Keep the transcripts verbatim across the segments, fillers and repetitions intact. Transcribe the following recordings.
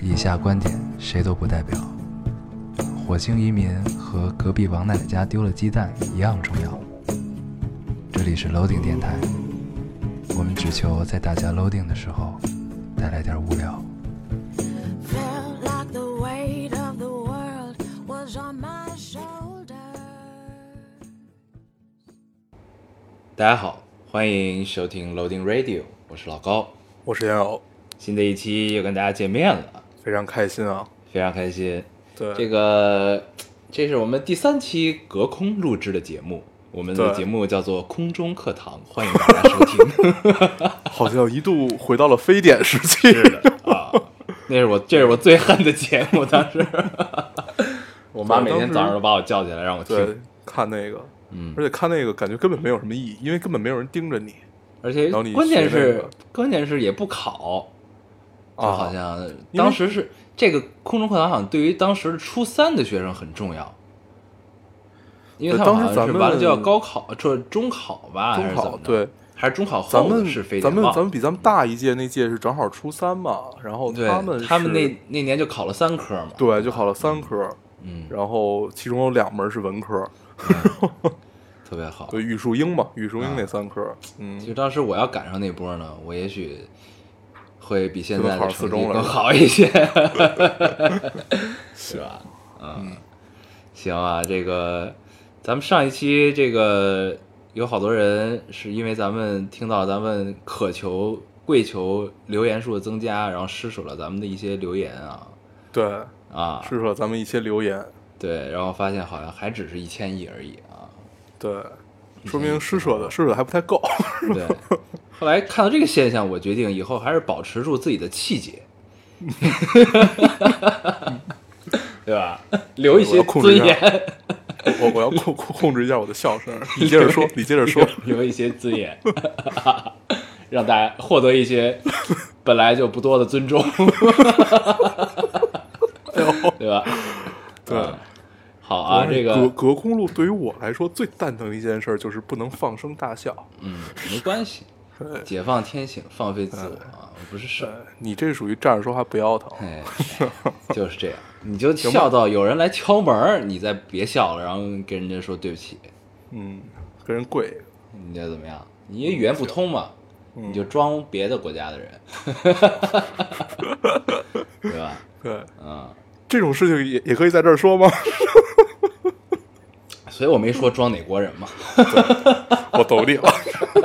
以下观点谁都不代表。火星移民和隔壁王奶奶家丢了鸡蛋一样重要。这里是 Loading 电台，我们只求在大家 Loading 的时候带来点无聊。大家好，欢迎收听 Loading Radio， 我是老高， 我是烟偶。 新的一期又跟大家见面了， 非常开心啊， 非常开心。 对， 这个这是我们第三期隔空录制的节目，我们的节目叫做空中课堂，欢迎大家收听。 好像一度回到了非典时期。 是的啊，那是我这是我最恨的节目，当时我妈每天早上都把我叫起来让我听， 对，看那个，嗯，而且看那个感觉根本没有什么意义，因为根本没有人盯着你， 而且关键是、那个、关键是也不考，就好像、啊、当时是这个空中课堂好像对于当时初三的学生很重要。因为他们好像是完了就要高考，这中考吧， 中考对， 还是中考后是非咱们咱们比咱们大一届那届是正好初三嘛，然后他们他们那那年就考了三科嘛， 对，就考了三科， 嗯， 然后其中有两门是文科， 嗯、特别好， 对，语数英嘛，语数英那三科，嗯， 其实当时我要赶上那波呢，我也许会比现在的成绩更好一些，是吧？嗯，行啊，这个。咱们上一期这个有好多人是因为咱们听到咱们渴求跪求留言数的增加，然后施舍了咱们的一些留言啊， 对啊， 施舍咱们一些留言， 对，然后发现好像还只是一千亿而已啊， 对，说明施舍的施舍还不太够， 对。后来看到这个现象，我决定以后还是保持住自己的气节，对吧？留一些尊严。 我我要控控制一下我的笑声，你接着说，你接着说， 留一些尊严，让大家获得一些本来就不多的尊重，对吧？ 对， 嗯、好啊，这个隔隔空录对于我来说最蛋疼的一件事就是不能放声大笑。 嗯，没关系，解放天性，放飞自我啊，不是事。 你这属于站着说话不腰疼， 哎，就是这样。你就笑到有人来敲门，你再别笑了，然后跟人家说对不起， 嗯，跟人跪， 你觉得怎么样？你语言不通嘛， 嗯、 你就装别的国家的人，对吧？ 对， 嗯， 这种事情也也可以在这儿说吗？ 所以我没说装哪国人嘛， 我懂你了，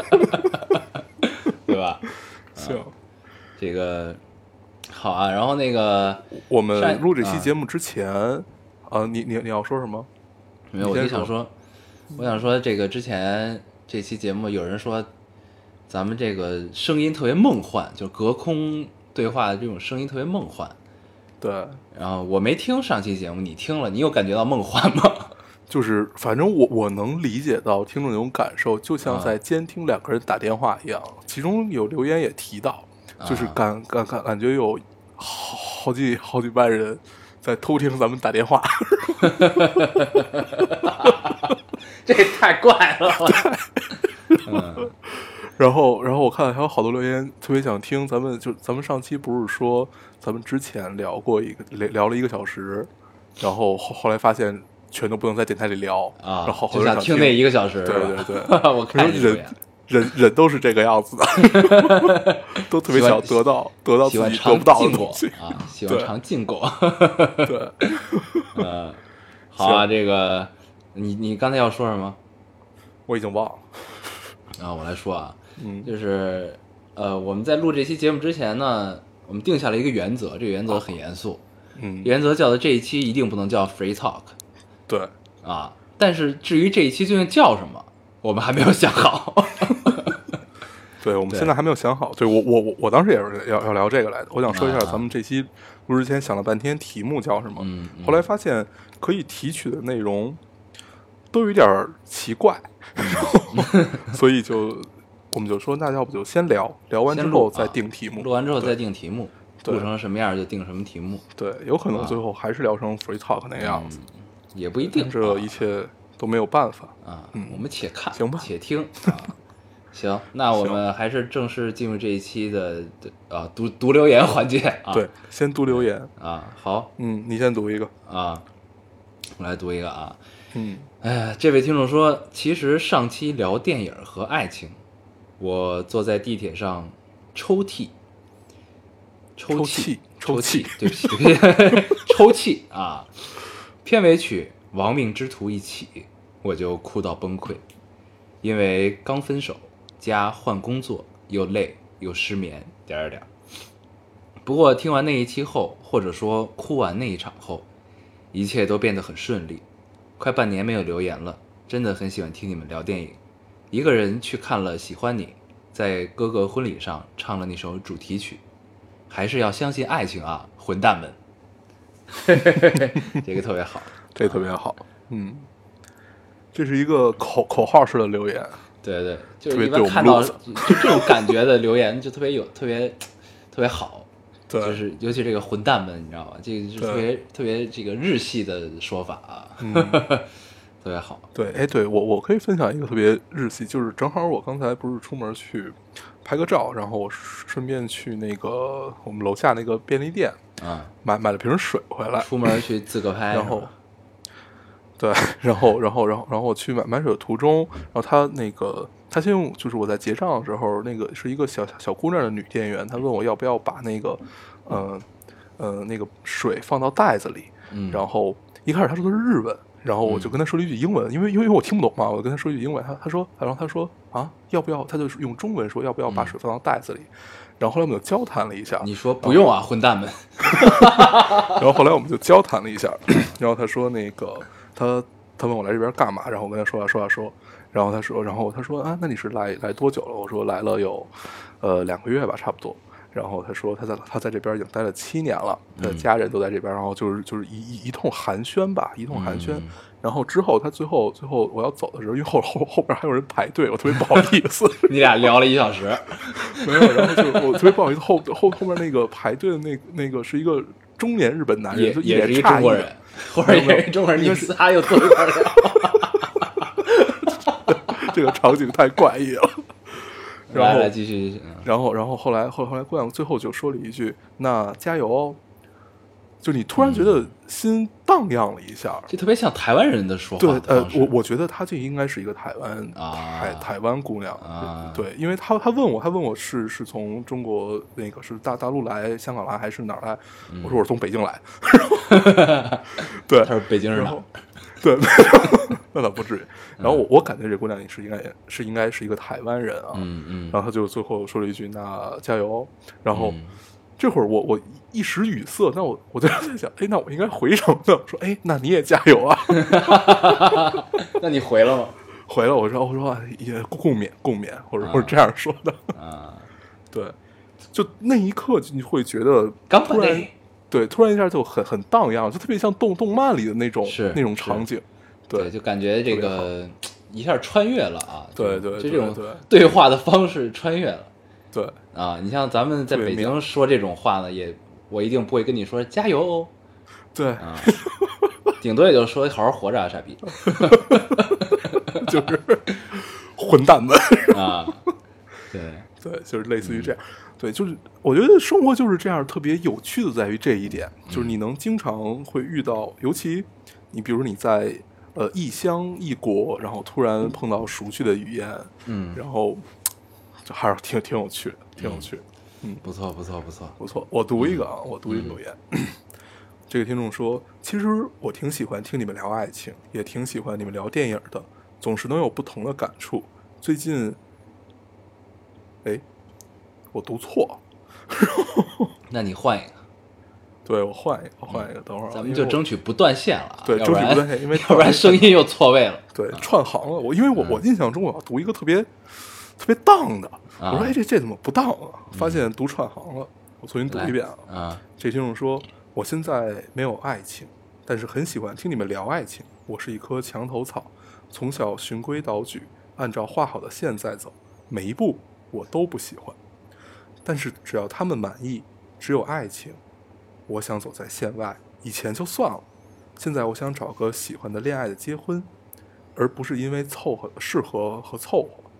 对吧？ 行， 嗯、这个。好啊，然后那个我们录这期节目之前，啊，呃、你你你要说什么？ 没有，我就想说，我想说这个之前这期节目有人说咱们这个声音特别梦幻，就隔空对话的这种声音特别梦幻。 对， 然后我没听上期节目，你听了，你有感觉到梦幻吗？ 就是反正我我能理解到听众那种感受，就像在监听两个人打电话一样。嗯、其中有留言也提到。就是感感感感觉有好好几好几万人在偷听咱们打电话， 这太怪了。 嗯，然后然后我看还有好多留言特别想听咱们，就咱们上期不是说咱们之前聊过一个聊聊了一个小时，然后后后来发现全都不能在电台里聊啊， 然后好多人想听那一个小时， 对对对， 我看你人人人都是这个样子的，都特别想得到得到自己得不到的东西啊，喜欢尝禁果。 对， 呃，好啊，这个你你刚才要说什么？ 我已经忘了。 啊，我来说啊， 嗯， 就是呃，我们在录这期节目之前呢，我们定下了一个原则，这个原则很严肃， 嗯， 原则叫做这一期一定不能叫 free talk。 对， 啊，但是至于这一期究竟叫什么？我们还没有想好， 对，我们现在还没有想好。对我，我我我当时也是要要聊这个来的。我想说一下，咱们这期录之前想了半天题目叫什么， 嗯嗯、 后来发现可以提取的内容都有点奇怪，嗯、所以就我们就说，那要不就先聊，聊完之后再定题目， 录完之后再定题目，录成什么样就定什么题目。 对，有可能最后还是聊成 free talk 那个样子， 嗯、也不一定。 这一切都没有办法啊， 嗯， 我们且看， 行吧， 且听啊。 行，那我们还是正式进入这一期的啊读读留言环节啊。 对，先读留言啊。好， 嗯，你先读一个啊，我来读一个啊。 嗯， 哎，这位听众说，其实上期聊电影和爱情，我坐在地铁上抽泣，抽泣，抽泣，对不起，对不起，抽泣啊！片尾曲《亡命之徒》一起，我就哭到崩溃，因为刚分手加换工作，又累又失眠，点点点。不过听完那一期后，或者说哭完那一场后，一切都变得很顺利。快半年没有留言了，真的很喜欢听你们聊电影。一个人去看了《喜欢你》，在哥哥婚礼上唱了那首主题曲。还是要相信爱情啊，混蛋们！这个特别好， 这个特别好，嗯，这是一个口口号式的留言， 对对，就是一般看到就这种感觉的留言就特别有特别特别好， 对， 就是尤其这个混蛋们，你知道吧？这个是特别特别这个日系的说法啊，嗯、特别好。 对，哎，对我我可以分享一个特别日系，就是正好我刚才不是出门去拍个照，然后我顺便去那个我们楼下那个便利店啊， 买买了瓶水回来。 出门去自个拍， 然后，对，然后然后然后然后我去买买水的途中，然后他那个他先用，就是我在结账的时候，那个是一个小小姑娘的女店员，她问我要不要把那个呃呃那个水放到袋子里， 嗯， 然后一开始她说的是日文。然后我就跟他说了一句英文，嗯、因为因为我听不懂嘛，我跟他说一句英文，他他说，然后他说啊，要不要？他就用中文说要不要把水放到袋子里。嗯、然后后来我们就交谈了一下， 你说不用啊，混蛋们。 然后后来我们就交谈了一下，然后他说那个他他问我来这边干嘛，然后我跟他说啊说啊说，然后他说，然后他说啊，那你是来来多久了？我说来了有呃两个月吧，差不多。然后他说他在他在这边已经待了七年了，他的家人都在这边，然后就是就是一一一通寒暄吧，一通寒暄。嗯、然后之后他最后最后我要走的时候，因为后后后边还有人排队，我特别不好意思。 你俩聊了一小时， 没有，然后就我特别不好意思，后后后面那个排队的那那个是一一个中年日本男人， 也就一也是一中国人，或者也是中国人，你仨又坐一块聊。 这个场景太怪异了。然后来继续，继续然后，然后后来，后后来姑娘最后就说了一句：“那加油哦！”就你突然觉得心荡漾了一下， 嗯、这特别像台湾人的说话。 对，呃，我我觉得她这应该是一个台湾啊， 台台湾姑娘啊， 对，因为她她问我，她问我是是从中国那个是大大陆来，香港来还是哪儿来？ 嗯、 我说我是从北京来。对， 她说北京人哪？ 对，那倒不至于。然后我我感觉这姑娘也是应该是应该是一个台湾人啊， 嗯嗯。 然后她就最后说了一句：“那加油。”然后、嗯、这会儿我我一时语塞，那我我就在想，哎，那我应该回什么呢？我说，哎，那你也加油啊！ 那你回了吗？ 回了，我说我说也共勉共勉，或者或者这样说的啊。 对，就那一刻你会觉得突然。对，突然一下就很很荡漾，就特别像动动漫里的那种那种场景，对， 对，就感觉这个一下穿越了啊， 对对， 就这种对话的方式穿越了， 对啊，你像咱们在北京说这种话呢，也我一定不会跟你说加油哦， 对啊，顶多也就说好好活着啊，傻逼， 就是混蛋们啊，对对，就是类似于这样。嗯对，就是我觉得生活就是这样，特别有趣的在于这一点，就是你能经常会遇到，尤其你比如你在呃异乡异国，然后突然碰到熟悉的语言， 嗯， 然后就还是挺挺有趣的，挺有趣的，嗯， 不错不错不错不错。我读一个啊，我读一个留言，嗯、这个听众说，其实我挺喜欢听你们聊爱情，也挺喜欢你们聊电影的，总是能有不同的感触。最近，哎。我读错， 那你换一个。 对，我换一个，我换一个。等会儿咱们就争取不断线了。 对，争取不断线，因为要不然声音又错位了。 对，串行了。我因为我我印象中我要读一个特别特别荡的，我说哎这这怎么不荡啊？发现读串行了，我重新读一遍啊。 这听众说，我现在没有爱情，但是很喜欢听你们聊爱情。我是一棵墙头草，从小循规蹈矩，按照画好的线在走，每一步我都不喜欢。但是只要他们满意，只有爱情，我想走在线外。以前就算了，现在我想找个喜欢的恋爱的结婚，而不是因为凑合适合和凑合。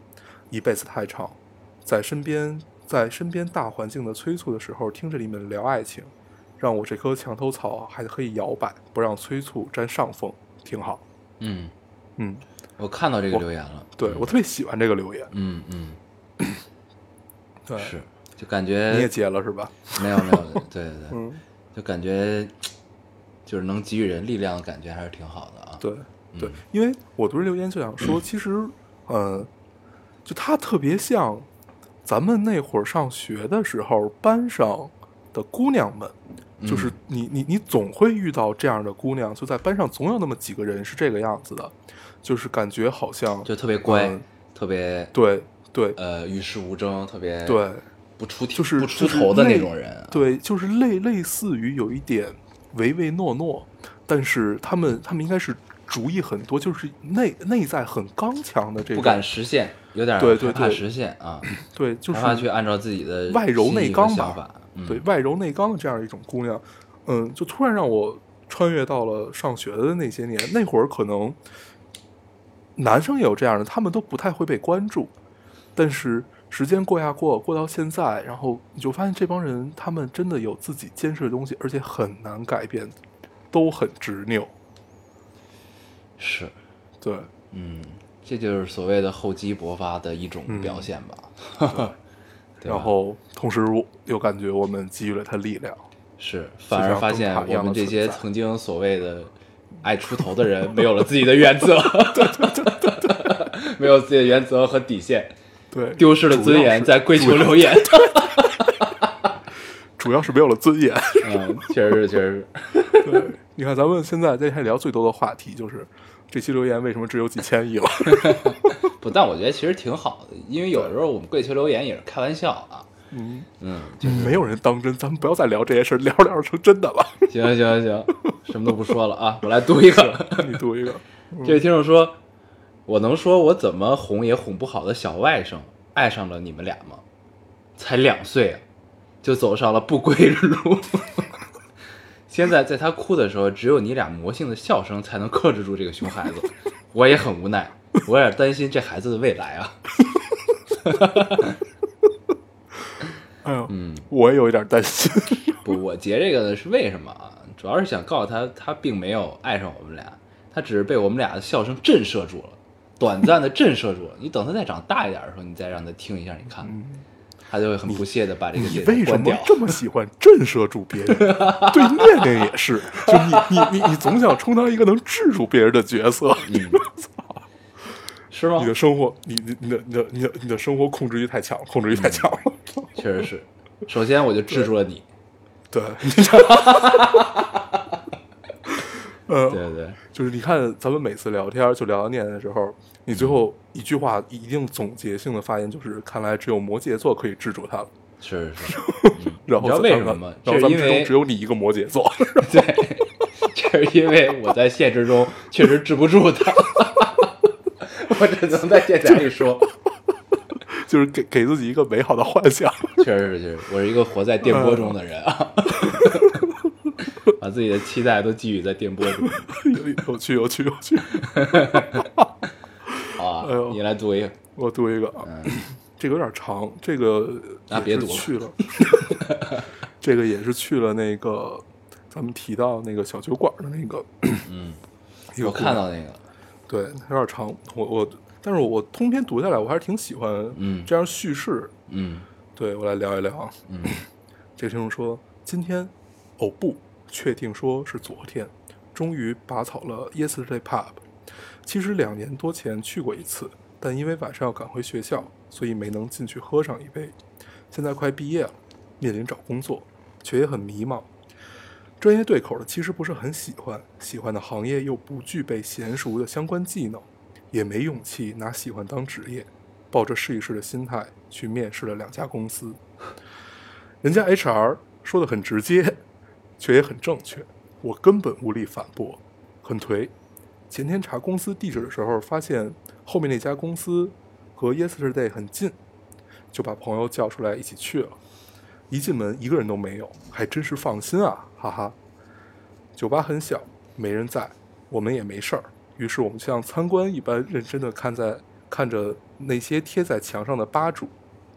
一辈子太长，在身边在身边大环境的催促的时候，听着你们聊爱情，让我这棵墙头草还可以摇摆，不让催促占上风，挺好。 嗯嗯， 我看到这个留言了， 对、嗯、我特别喜欢这个留言。 嗯嗯， 对， 是，就感觉你也接了是吧？ 没有没有，对对对， 嗯， 就感觉就是能给予人力量的感觉还是挺好的啊。 对对、嗯，因为我读这留言就想说，其实呃，就他特别像咱们那会儿上学的时候，班上的姑娘们，就是你你你总会遇到这样的姑娘，就在班上总有那么几个人是这个样子的，就是感觉好像就特别乖， 嗯、 特别对对， 呃，与世无争，特别对， 不出就是不出头的那种人、啊， 对，就是类类似于有一点唯唯诺诺，但是他们他们应该是主意很多，就是内内在很刚强的这种， 不敢实现，有点对对害怕实现啊， 对，就是害怕去按照自己的外柔内刚吧， 嗯、 对，外柔内刚的这样一种姑娘，嗯，就突然让我穿越到了上学的那些年，那会儿可能男生也有这样的，他们都不太会被关注，但是时间过呀过，过到现在，然后你就发现这帮人他们真的有自己坚持的东西，而且很难改变，都很执拗。 是， 对， 嗯，这就是所谓的厚积薄发的一种表现吧。 嗯、对然后同时又感觉我们给予了他力量， 是，反而发现我们这些曾经所谓的爱出头的人没有了自己的原则， 对对对对对， 没有自己的原则和底线， 对， 丢失了尊严，在跪求留言。 主要是没有了尊严。 嗯，确实是，确实是。对，你看咱们现在在聊最多的话题就是这期留言为什么只有几千亿了？ 不，但我觉得其实挺好的，因为有时候我们跪求留言也是开玩笑啊。 嗯嗯、 就是，没有人当真，咱们不要再聊这些事，聊着聊着成真的了。 行行行，什么都不说了啊，我来读一个， 你读一个。 嗯、这位听众说：“我能说我怎么哄也哄不好的小外甥爱上了你们俩吗？才两岁啊，就走上了不归路。现在在他哭的时候，只有你俩魔性的笑声才能克制住这个熊孩子。我也很无奈，我有点担心这孩子的未来啊。” 哎呦，嗯，我也有一点担心。 不，我截这个是为什么啊？主要是想告诉他，他并没有爱上我们俩，他只是被我们俩的笑声震慑住了，短暂的震慑住了。你等他再长大一点的时候，你再让他听一下，你看，嗯、他就会很不屑的把这个你为什么这么喜欢震慑住别人？对念念也是，就你你你你总想充当一个能制住别人的角色。 嗯是吗？ 你的生活，你你你的你的你的你的生活控制欲太强，控制欲太强了。 嗯、确实是，首先我就制住了你。 对。呃， 对对， 就是你看，咱们每次聊天就聊到念的时候，你最后一句话一定总结性的发言就是：看来只有摩羯座可以制住他了。 是是是。嗯、 然后你知道为什么吗？ 然后咱们之中只有你一个摩羯座。 对，这是因为我在现实中确实治不住他。我只能在电台里说， 就是给给自己一个美好的幻想。 确实是，确实，我是一个活在电波中的人啊，把自己的期待都寄予在电波中。 有趣，有趣，有趣。 好啊， 哎呦， 你来读一个， 我读一个啊，嗯、这个有点长，这个啊别读了， 去了。这个也是去了那个咱们提到那个小酒馆的那个， 嗯，我看到那个。 对，有点长，我我，但是我通篇读下来，我还是挺喜欢这样叙事。 嗯， 对，我来聊一聊。 嗯， 这个听众说，今天，哦不，确定说是昨天，终于拔草了 Yesterday Pub。其实两年多前去过一次，但因为晚上要赶回学校，所以没能进去喝上一杯。现在快毕业了，面临找工作，却也很迷茫。专业对口的其实不是很喜欢，喜欢的行业又不具备娴熟的相关技能，也没勇气拿喜欢当职业，抱着试一试的心态去面试了两家公司。人家 H R 说的很直接，却也很正确，我根本无力反驳，很颓。前天查公司地址的时候，发现后面那家公司和 Yesterday 很近，就把朋友叫出来一起去了。一进门一个人都没有，还真是放心啊，哈哈。酒吧很小，没人在，我们也没事儿，于是我们像参观一般认真的看在看着那些贴在墙上的吧主，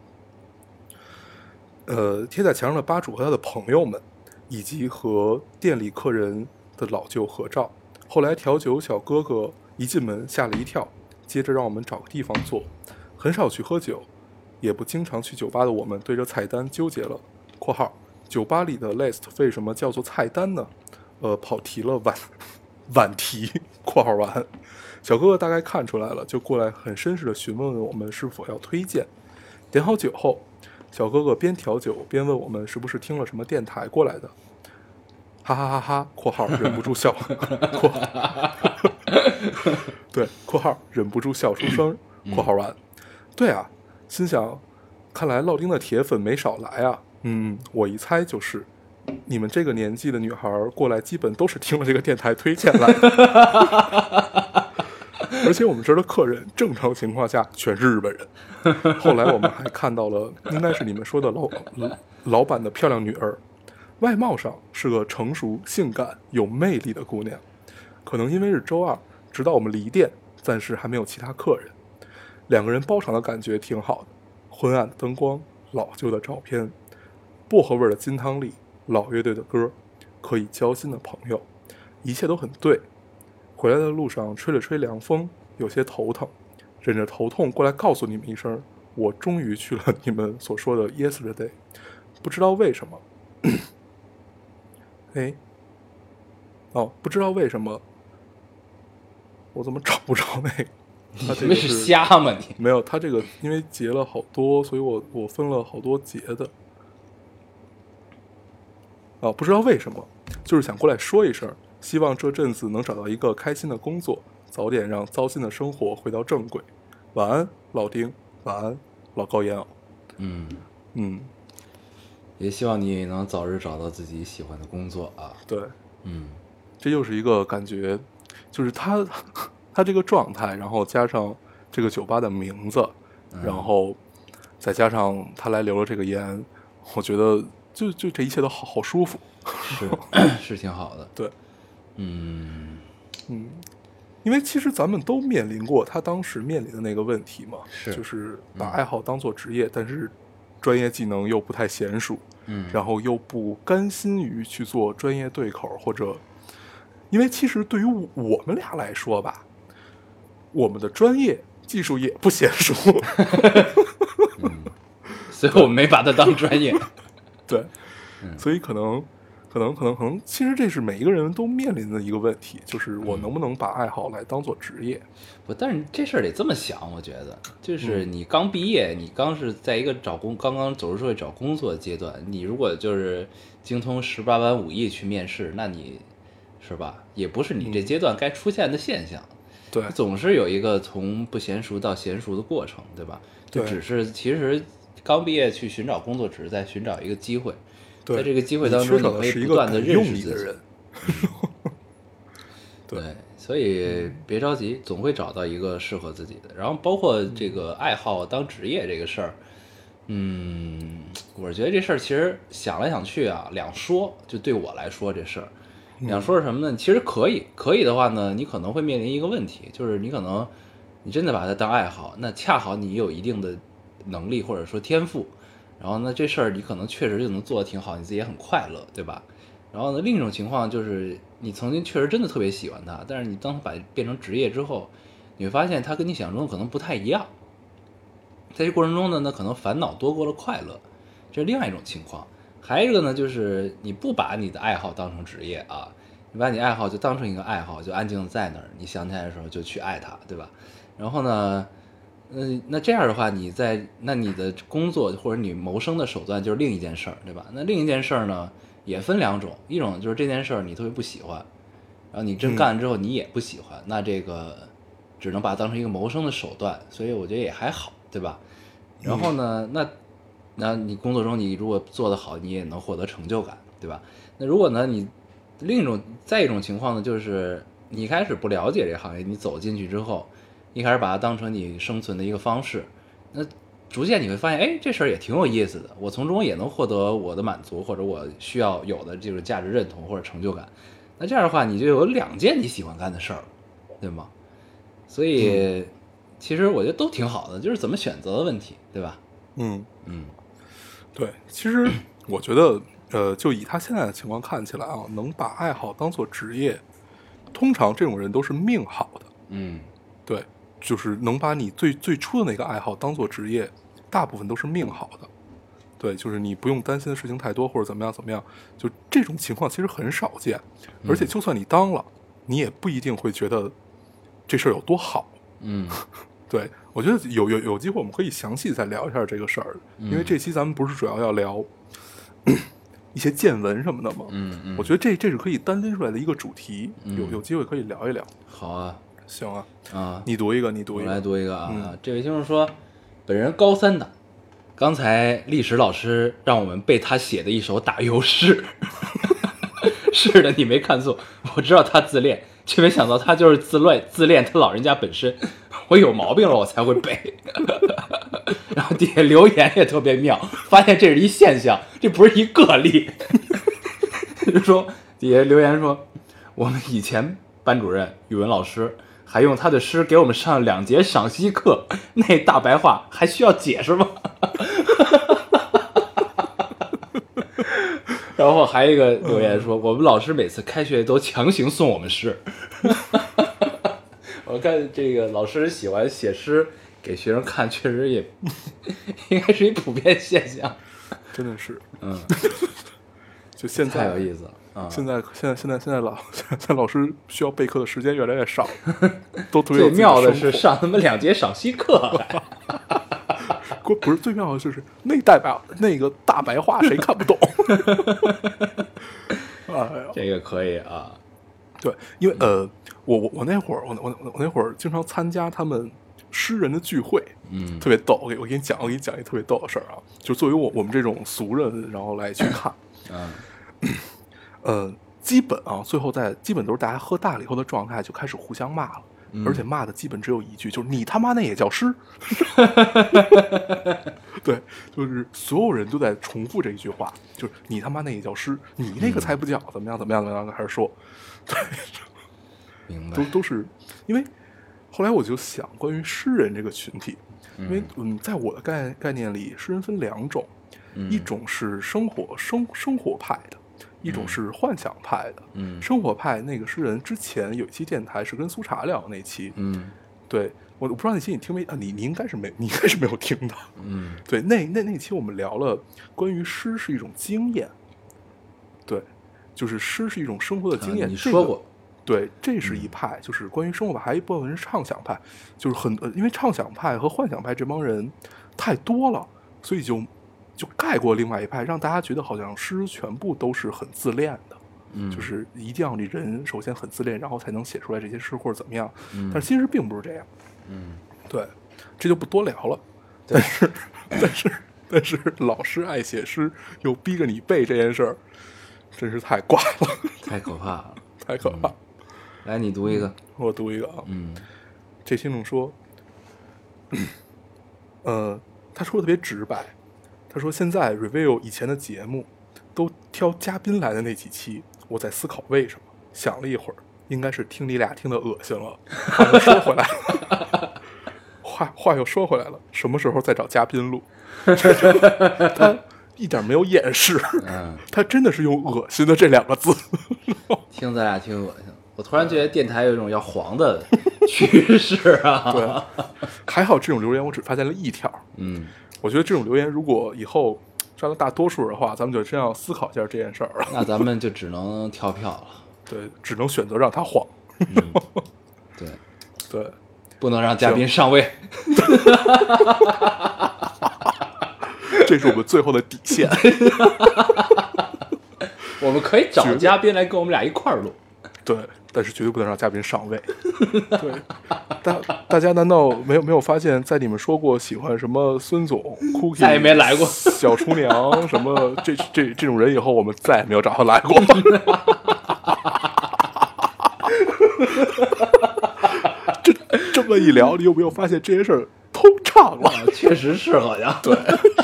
呃，贴在墙上的吧主和他的朋友们，以及和店里客人的老旧合照。后来调酒小哥哥一进门吓了一跳，接着让我们找个地方坐。很少去喝酒，也不经常去酒吧的我们，对着菜单纠结了（括号酒吧里的 list 为什么叫做菜单呢？呃，跑题了，晚晚题（括号完）。小哥哥大概看出来了，就过来很绅士的询问我们是否要推荐。点好酒后，小哥哥边调酒边问我们是不是听了什么电台过来的，哈哈哈哈（括号忍不住笑）括对（括号忍不住笑出声）（括号完）。对啊，心想，看来烙丁的铁粉没少来啊。嗯，我一猜就是，你们这个年纪的女孩过来，基本都是听了这个电台推荐来的。而且我们这儿的客人，正常情况下全是日本人。后来我们还看到了，应该是你们说的老老板的漂亮女儿，外貌上是个成熟、性感、有魅力的姑娘。可能因为是周二，直到我们离店，暂时还没有其他客人。两个人包场的感觉挺好的，昏暗的灯光，老旧的照片，薄荷味的金汤力，老乐队的歌，可以交心的朋友，一切都很对。回来的路上吹了吹凉风，有些头疼，忍着头痛过来告诉你们一声，我终于去了你们所说的 yesterday。 不知道为什么哎，哦，不知道为什么我怎么找不着那个，他这个是瞎吗你？ 没有，他这个因为截了好多，所以我我分了好多截的。哦，不知道为什么，就是想过来说一声，希望这阵子能找到一个开心的工作，早点让糟心的生活回到正轨。晚安，老丁。晚安，老高烟袄。 嗯嗯， 也希望你能早日找到自己喜欢的工作啊。 对， 嗯， 这又是一个感觉，就是他他这个状态，然后加上这个酒吧的名字， 嗯、 然后再加上他来留了这个言，我觉得就就这一切都好好舒服， 是是挺好的。 对， 嗯嗯，因为其实咱们都面临过他当时面临的那个问题嘛， 是就是把爱好当做职业，嗯、但是专业技能又不太娴熟， 嗯， 然后又不甘心于去做专业对口，或者，因为其实对于我们俩来说吧，我们的专业技术也不娴熟， 嗯，所以我没把它当专业， 对， 嗯、 所以可能。可能可能可能，其实这是每一个人都面临的一个问题，就是我能不能把爱好来当做职业？ 不，但是这事儿得这么想，我觉得，就是你刚毕业，你刚是在一个找工，刚刚走入社会找工作的阶段，你如果就是精通十八般武艺去面试，那你是吧，也不是你这阶段该出现的现象。 对， 总是有一个从不娴熟到娴熟的过程，对吧？ 对， 只是其实刚毕业去寻找工作，只是在寻找一个机会。在这个机会当中，你可以不断的认识自己。对，所以别着急，总会找到一个适合自己的。然后包括这个爱好当职业这个事儿，嗯，我觉得这事儿其实想来想去啊，两说。就对我来说，这事儿两说是什么呢？其实可以，可以的话呢，你可能会面临一个问题，就是你可能你真的把它当爱好，那恰好你有一定的能力或者说天赋。然后呢，这事儿你可能确实就能做得挺好，你自己也很快乐，对吧？然后呢，另一种情况就是你曾经确实真的特别喜欢它，但是你当它把变成职业之后，你会发现它跟你想象中可能不太一样。在这过程中呢，那可能烦恼多过了快乐，这是另外一种情况。还有一个呢，就是你不把你的爱好当成职业啊，你把你爱好就当成一个爱好，就安静的在那儿，你想起来的时候就去爱它，对吧？然后呢，嗯，那这样的话，你在那你的工作或者你谋生的手段就是另一件事儿，对吧？那另一件事儿呢，也分两种，一种就是这件事儿你特别不喜欢，然后你真干了之后你也不喜欢，嗯、那这个只能把它当成一个谋生的手段，所以我觉得也还好，对吧？然后呢，嗯、那那你工作中你如果做得好，你也能获得成就感，对吧？那如果呢，你另一种再一种情况呢，就是你一开始不了解这个行业，你走进去之后。一开始把它当成你生存的一个方式，那逐渐你会发现，哎，这事儿也挺有意思的，我从中也能获得我的满足，或者我需要有的这种价值认同或者成就感。那这样的话，你就有两件你喜欢干的事儿，对吗？所以其实我觉得都挺好的，就是怎么选择的问题，对吧？ 嗯嗯， 对，其实我觉得，呃，就以他现在的情况看起来啊，能把爱好当做职业，通常这种人都是命好的。 嗯， 对，就是能把你最最初的那个爱好当做职业，大部分都是命好的。对，就是你不用担心的事情太多，或者怎么样怎么样，就这种情况其实很少见。而且就算你当了，你也不一定会觉得这事儿有多好。 嗯， 对，我觉得有有有机会我们可以详细再聊一下这个事儿，因为这期咱们不是主要要聊一些见闻什么的吗？ 嗯嗯， 我觉得这这是可以单拎出来的一个主题，有有机会可以聊一聊。 好啊， 行啊， 啊， 你读一个，你读一个， 我来读一个啊。 嗯、 这位听众说，本人高三的，刚才历史老师让我们背他写的一首打油诗。是的，你没看错，我知道他自恋，却没想到他就是自恋自恋他老人家本身。我有毛病了，我才会背。然后底下留言也特别妙，发现这是一现象，这不是一个例。就是说底下留言说，我们以前班主任语文老师还用他的诗给我们上两节赏析课，那大白话还需要解释吗？然后还有一个留言说，我们老师每次开学都强行送我们诗。我看这个老师喜欢写诗给学生看，确实也应该是一普遍现象。 真的是， 嗯， 就现在太有意思了。啊、 现在现在现在现在老现在老师需要备课的时间越来越少，都特别最妙的的是上他们两节赏析课。 不是最妙的就是那代表那个大白话谁看不懂？哎呀， 这个可以啊。 对，因为呃，我我我那会儿我我我那会儿经常参加他们诗人的聚会， 嗯， 特别逗。我给我给你讲，我给你讲一特别逗的事儿啊，就作为我我们这种俗人，然后来去看， 嗯， 呃，基本啊，最后在基本都是大家喝大了以后的状态，就开始互相骂了。 嗯、 而且骂的基本只有一句，就是你他妈那也叫诗。对，就是所有人都在重复这一句话，就是你他妈那也叫诗，你那个才不叫，怎么样怎么样怎么样，开始说。对， 明白。 都都是因为后来我就想，关于诗人这个群体，因为嗯，在我的概概念里，诗人分两种， 嗯、 一种是生活生生活派的。一种是幻想派的， 嗯， 生活派那个诗人之前有一期电台是跟苏茶聊那期， 嗯， 对我我不知道那期你听没啊？你你应该是没，你应该是没有听到， 嗯， 对，那那那期我们聊了关于诗是一种经验，对，就是诗是一种生活的经验， 啊、你说过， 这个、对，这是一派，就是关于生活派，还有一部分是畅想派，就是很呃，因为畅想派和幻想派这帮人太多了，所以就。就盖过另外一派，让大家觉得好像诗全部都是很自恋的， 嗯， 就是一定要你人首先很自恋，然后才能写出来这些诗或者怎么样。 嗯， 但其实并不是这样。 嗯， 对，这就不多聊了。但是，但是，但是，老师爱写诗又逼着你背这件事儿，真是太怪了， 太可怕了， 太可怕。 嗯、来，你读一个， 我读一个啊。 嗯， 这听众说，呃，他说的特别直白。他说：“现在 review 以前的节目都挑嘉宾来的那几期，我在思考为什么。想了一会儿，应该是听你俩听得恶心了。话又说回来了，话话又说回来了，什么时候再找嘉宾录？他一点没有掩饰， 嗯， 他真的是用恶心的这两个字。 听咱俩挺恶心。我突然觉得电台有一种要黄的趋势啊。 对，还好这种留言我只发现了一条。嗯。”我觉得这种留言如果以后占了大多数的话，咱们就真要思考一下这件事儿了。 那咱们就只能跳票了。 对，只能选择让他晃。 嗯、对对， 不能让嘉宾上位。 这是我们最后的底线。 我们可以找嘉宾来跟我们俩一块儿录。 对，但是绝对不能让嘉宾上位。对，大大家难道没有没有发现，在你们说过喜欢什么孙总、Cookie 再也没来过小厨娘什么这这这种人以后，我们再也没有找他来过。这这么一聊，你有没有发现这件事儿通畅了？ 啊、确实是，好像对。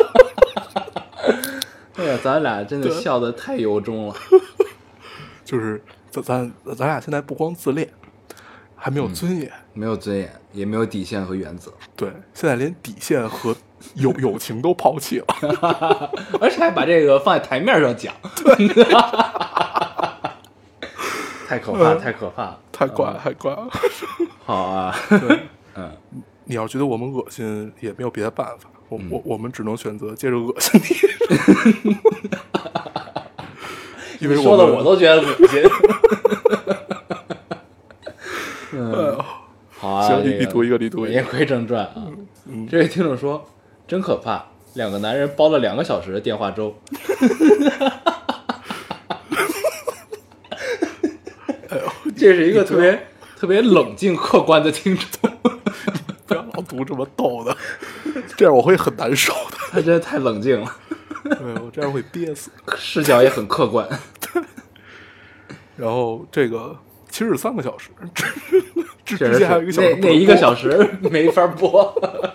哎呀，咱俩真的笑得太由衷了。 就是咱咱咱俩现在不光自恋， 还没有尊严、 嗯，没有尊严，也没有底线和原则。 对，现在连底线和友友情都抛弃了， 而且还把这个放在台面上讲，太可怕，太可怕了， 太怪了，太怪了。 好啊， 对， 嗯， 你要觉得我们恶心，也没有别的办法，我、 嗯、 我我们只能选择接着恶心你。因为我说的我都觉得恶心。嗯，好啊， 行，你你读一个，你读一个。 言归正传啊，嗯、这位听众说，真可怕，两个男人煲了两个小时的电话粥。 哎呦， 这是一个特别特别冷静客观的听众。 不要老读这么逗的，这样我会很难受的。 他真的太冷静了。 对，我这样会憋死。 视角也很客观。 然后这个其实是三个小时，之之前还有一个小时， 那那一个小时没法播。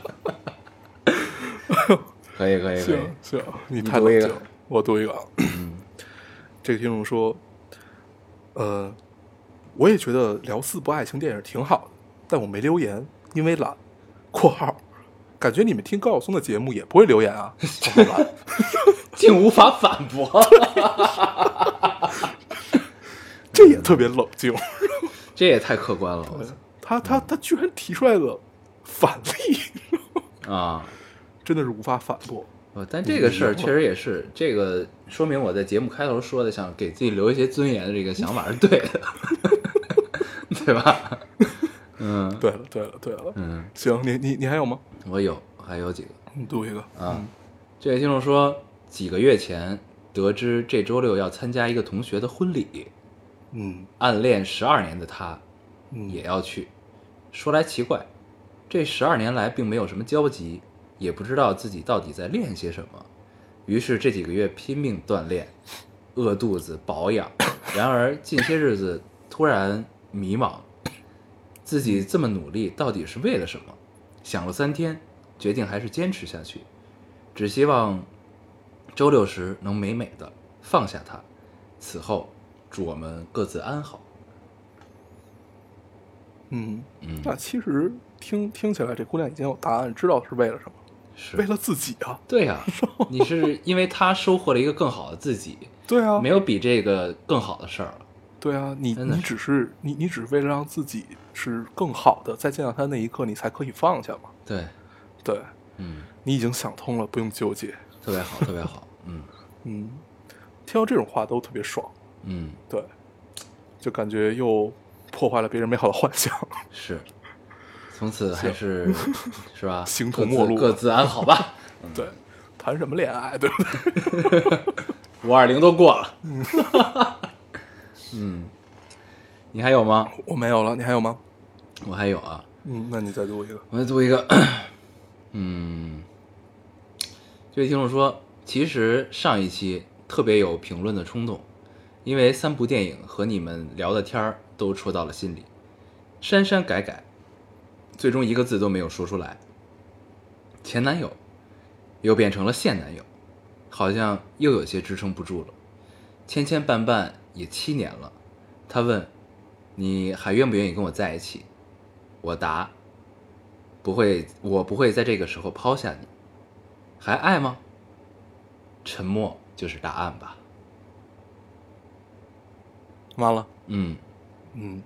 可以可以可以， 行行，你太冷静了，我读一个啊。这个听众说，呃，我也觉得聊四部爱情电影挺好的，但我没留言，因为懒。（括号）感觉你们听高晓松的节目也不会留言啊， 竟无法反驳。 这也特别冷静， 这也太客观了。 他他他居然提出来的反例啊， 真的是无法反驳。 但这个事儿确实也是，这个说明我在节目开头说的想给自己留一些尊严的这个想法是对的，对吧？嗯， 对了，对了，对了， 嗯， 行，你你你还有吗？ 我有，还有几个， 你读一个啊。嗯、这位听众说，几个月前得知这周六要参加一个同学的婚礼， 嗯， 暗恋十二年的他， 嗯， 也要去。说来奇怪，这十二年来并没有什么交集，也不知道自己到底在练些什么。于是这几个月拼命锻炼，饿肚子保养。然而近些日子突然迷茫。自己这么努力到底是为了什么？想了三天，决定还是坚持下去。只希望周六时能美美的放下它。此后，祝我们各自安好。 嗯嗯， 那其实听听起来，这姑娘已经有答案，知道是为了什么， 是为了自己啊。 对啊，你是因为她收获了一个更好的自己。 对啊， 没有比这个更好的事儿了。 对啊，你你只是你你只是为了让自己是更好的，在见到他那一刻，你才可以放下嘛。 对， 对， 嗯， 你已经想通了，不用纠结。 特别好，特别好。嗯嗯，听到这种话都特别爽。 嗯， 对，就感觉又破坏了别人美好的幻想。 是，从此还是是吧？ 形同陌路， 各自安好吧。 嗯、对，谈什么恋爱，对不对？ 五二零都过了。嗯，你还有吗？ 我没有了，你还有吗？ 我还有啊。 嗯，那你再读一个。 我再读一个。嗯，这位听众说，其实上一期特别有评论的冲动，因为三部电影和你们聊的天儿都戳到了心里，删删改改，最终一个字都没有说出来。前男友又变成了现男友，好像又有些支撑不住了。牵牵绊绊也七年了，他问你还愿不愿意跟我在一起？我答不会，我不会在这个时候抛下你。还爱吗？沉默就是答案吧。 完了。 嗯嗯，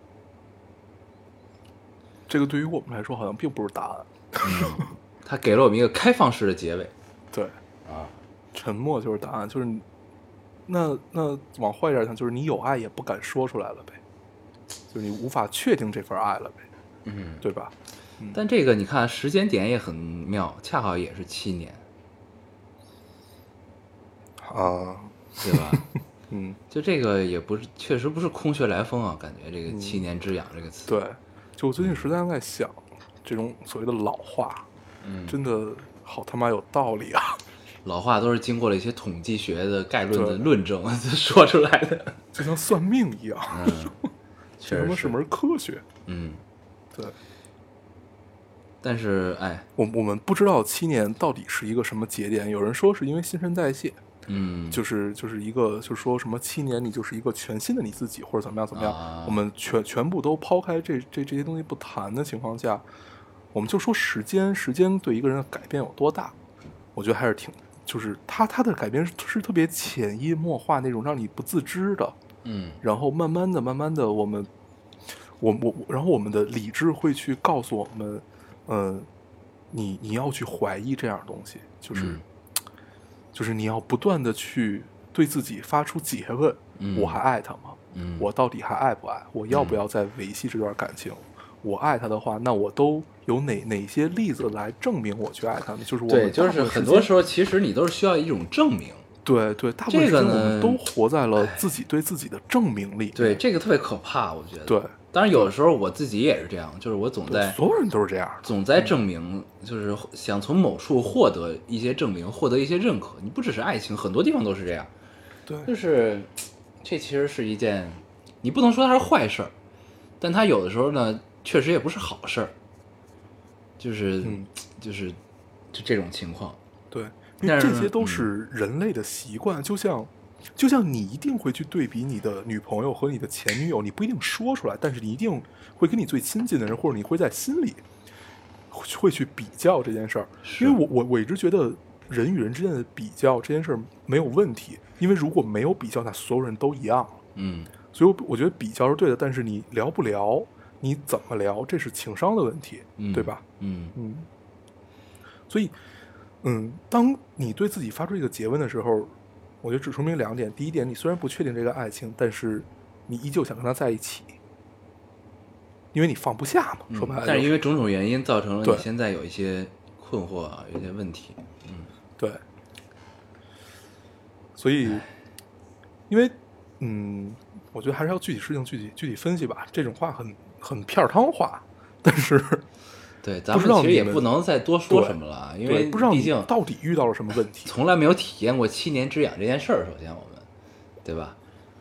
这个对于我们来说好像并不是答案。 嗯，他给了我们一个开放式的结尾。 对啊， 沉默就是答案，就是那那往坏点讲，就是你有爱也不敢说出来了呗，就是你无法确定这份爱了呗， 嗯， 对吧？ 嗯、但这个你看时间点也很妙，恰好也是七年啊， 对吧？ 嗯， 就这个也不是，确实不是空穴来风啊，感觉这个七年之痒这个词。 嗯、对，就我最近实在在想，这种所谓的老话， 嗯， 真的好他妈有道理啊！ 老话都是经过了一些统计学的概论的论证说出来的， 就像算命一样。 嗯，确实是门科学。 嗯， 对。 但是，哎， 我我们不知道七年到底是一个什么节点。有人说是因为新陈代谢， 嗯， 就是就是一个就是说什么七年你就是一个全新的你自己，或者怎么样怎么样， 啊、 我们全全部都抛开这这这些东西不谈的情况下，我们就说时间，时间对一个人的改变有多大，我觉得还是挺，就是他他的改变是是特别潜移默化那种，让你不自知的， 嗯， 然后慢慢的慢慢的我们。我我然后我们的理智会去告诉我们，嗯、呃，你你要去怀疑这样的东西，就是、嗯、就是你要不断的去对自己发出诘问：嗯、我还爱他吗？嗯，我到底还爱不爱？我要不要再维系这段感情？嗯、我爱他的话，那我都有哪哪些例子来证明我去爱他呢？就是我们对，就是很多时候其实你都是需要一种证明。 对对，大部分时间我们都活在了自己对自己的证明里。 对，这个特别可怕，我觉得。 对。 当然，有的时候我自己也是这样，就是我总在所有人都是这样， 总在证明，就是想从某处获得一些证明，获得一些认可。你不只是爱情，很多地方都是这样。 对， 就是这其实是一件，你不能说它是坏事儿，但它有的时候呢，确实也不是好事儿。就是，嗯、就是就这种情况。 对，因为这些都是人类的习惯，嗯、就像。就像你一定会去对比你的女朋友和你的前女友，你不一定说出来，但是你一定会跟你最亲近的人，或者你会在心里会去比较这件事儿。因为我我我一直觉得人与人之间的比较这件事儿没有问题，因为如果没有比较，那所有人都一样。 嗯， 所以我觉得比较是对的，但是你聊不聊，你怎么聊，这是情商的问题， 嗯、 对吧？ 嗯嗯。所以，嗯，当你对自己发出一个诘问的时候。我觉得只说明两点，第一点，你虽然不确定这个爱情，但是你依旧想跟他在一起，因为你放不下嘛。 嗯、 说白了、就是， 但是因为种种原因造成了你现在有一些困惑啊，有一些问题。嗯， 对。所以，因为嗯，我觉得还是要具体事情具体具体分析吧。这种话很很片儿汤话，但是。 对，咱们其实也不能再多说什么了，因为不知道毕竟到底遇到了什么问题， 从来没有体验过七年之痒这件事儿。首先，我们，对吧？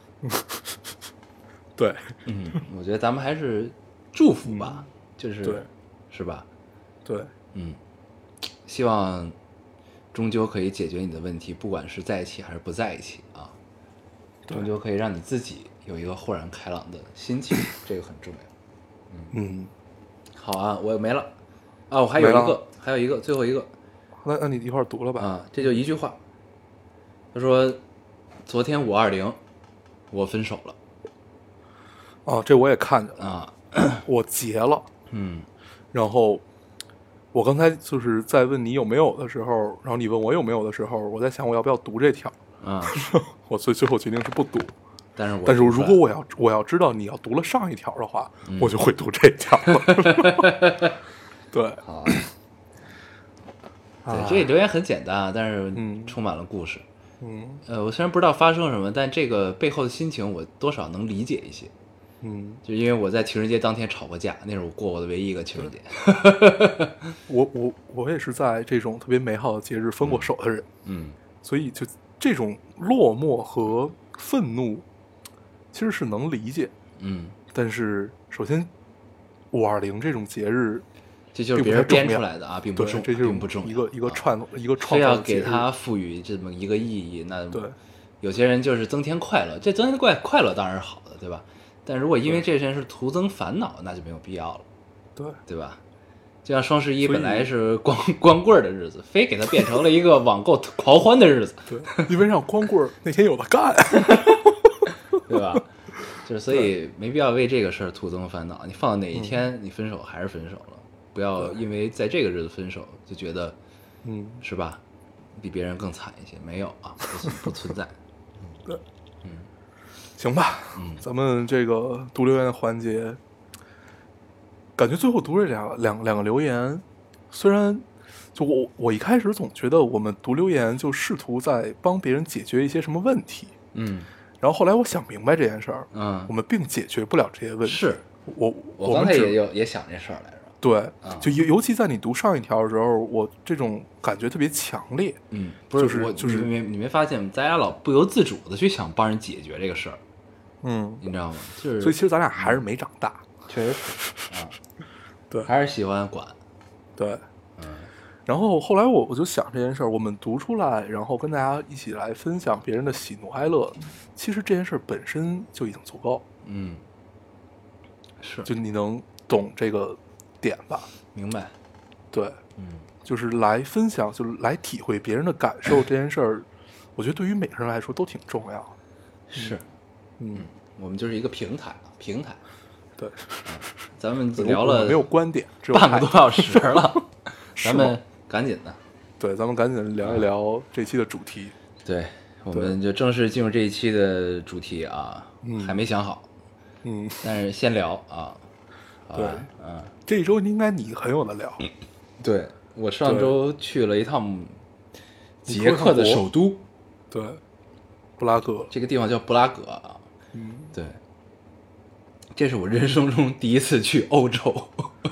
对， 嗯，我觉得咱们还是祝福吧， 嗯、 就是对， 是吧？ 对， 嗯，希望终究可以解决你的问题，不管是在一起还是不在一起啊，终究可以让你自己有一个豁然开朗的心情，这个很重要。嗯。 嗯好啊，我没了啊，我还有一个，还有一个，最后一个。 那那你一块儿读了吧？ 啊，这就一句话。他说：“昨天五二零，我分手了。” 哦，这我也看见了啊， 我截了。 嗯， 然后我刚才就是在问你有没有的时候，然后你问我有没有的时候，我在想我要不要读这条。 啊， 我所以最后决定是不读。 但是我但是如果我要我要知道你要读了上一条的话，嗯、我就会读这条了。对， 好，对，这留言很简单，但是充满了故事。 嗯， 呃，我虽然不知道发生什么，但这个背后的心情我多少能理解一些。 嗯， 就因为我在情人节当天吵过架，那是我过过的唯一一个情人节。 我我我也是在这种特别美好的节日分过手的人。 嗯， 所以就这种落寞和愤怒。其实是能理解， 嗯， 但是首先，五二零这种节日， 这就是别人编出来的啊，并不重， 这就是并不重要。 一个一个串、啊、一个创， 非要给它赋予这么一个意义，那对， 有些人就是增添快乐，这增添快快乐当然是好的，对吧？但如果因为这件事徒增烦恼，那就没有必要了， 对， 对吧？就像双十一本来是光光棍的日子，非给它变成了一个网购狂欢的日子， 对，因为让光棍那天有的干。 对吧？就是所以没必要为这个事儿徒增烦恼。你放到哪一天，你分手还是分手了，不要因为在这个日子分手就觉得， 嗯， 是吧？比别人更惨一些，没有啊，不不存在。 对， 嗯， 行吧， 嗯， 咱们这个读留言的环节，感觉最后读这两两两个留言，虽然就我我一开始总觉得我们读留言就试图在帮别人解决一些什么问题， 嗯。 然后后来我想明白这件事儿， 嗯， 我们并解决不了这些问题。 是我我刚才也有也想这事儿来着。 对， 嗯、 就尤尤其在你读上一条的时候，我这种感觉特别强烈。 嗯，不是， 就是我就是你没你没发现，咱俩老不由自主的去想帮人解决这个事儿。 嗯， 你知道吗？就是所以其实咱俩还是没长大。 确实是啊， 对， 还是喜欢管。 对， 嗯。 然后后来我我就想这件事儿，我们读出来，然后跟大家一起来分享别人的喜怒哀乐，其实这件事儿本身就已经足够。 嗯，是， 就你能懂这个点吧？ 明白。 对， 嗯， 就是来分享，就是来体会别人的感受这件事儿，我觉得对于每个人来说都挺重要。 是， 嗯， 我们就是一个平台，平台。 对， 嗯、咱们聊了没有观点，只有半个多小时了，咱们赶紧的。 对，咱们赶紧聊一聊这期的主题。 对，我们就正式进入这一期的主题啊， 嗯、 还没想好， 嗯， 但是先聊啊。 对， 嗯， 这一周应该你很有的聊。 对，我上周去了一趟捷克的首都， 对，布拉格， 这个地方叫布拉格啊。 嗯， 对，这是我人生中第一次去欧洲。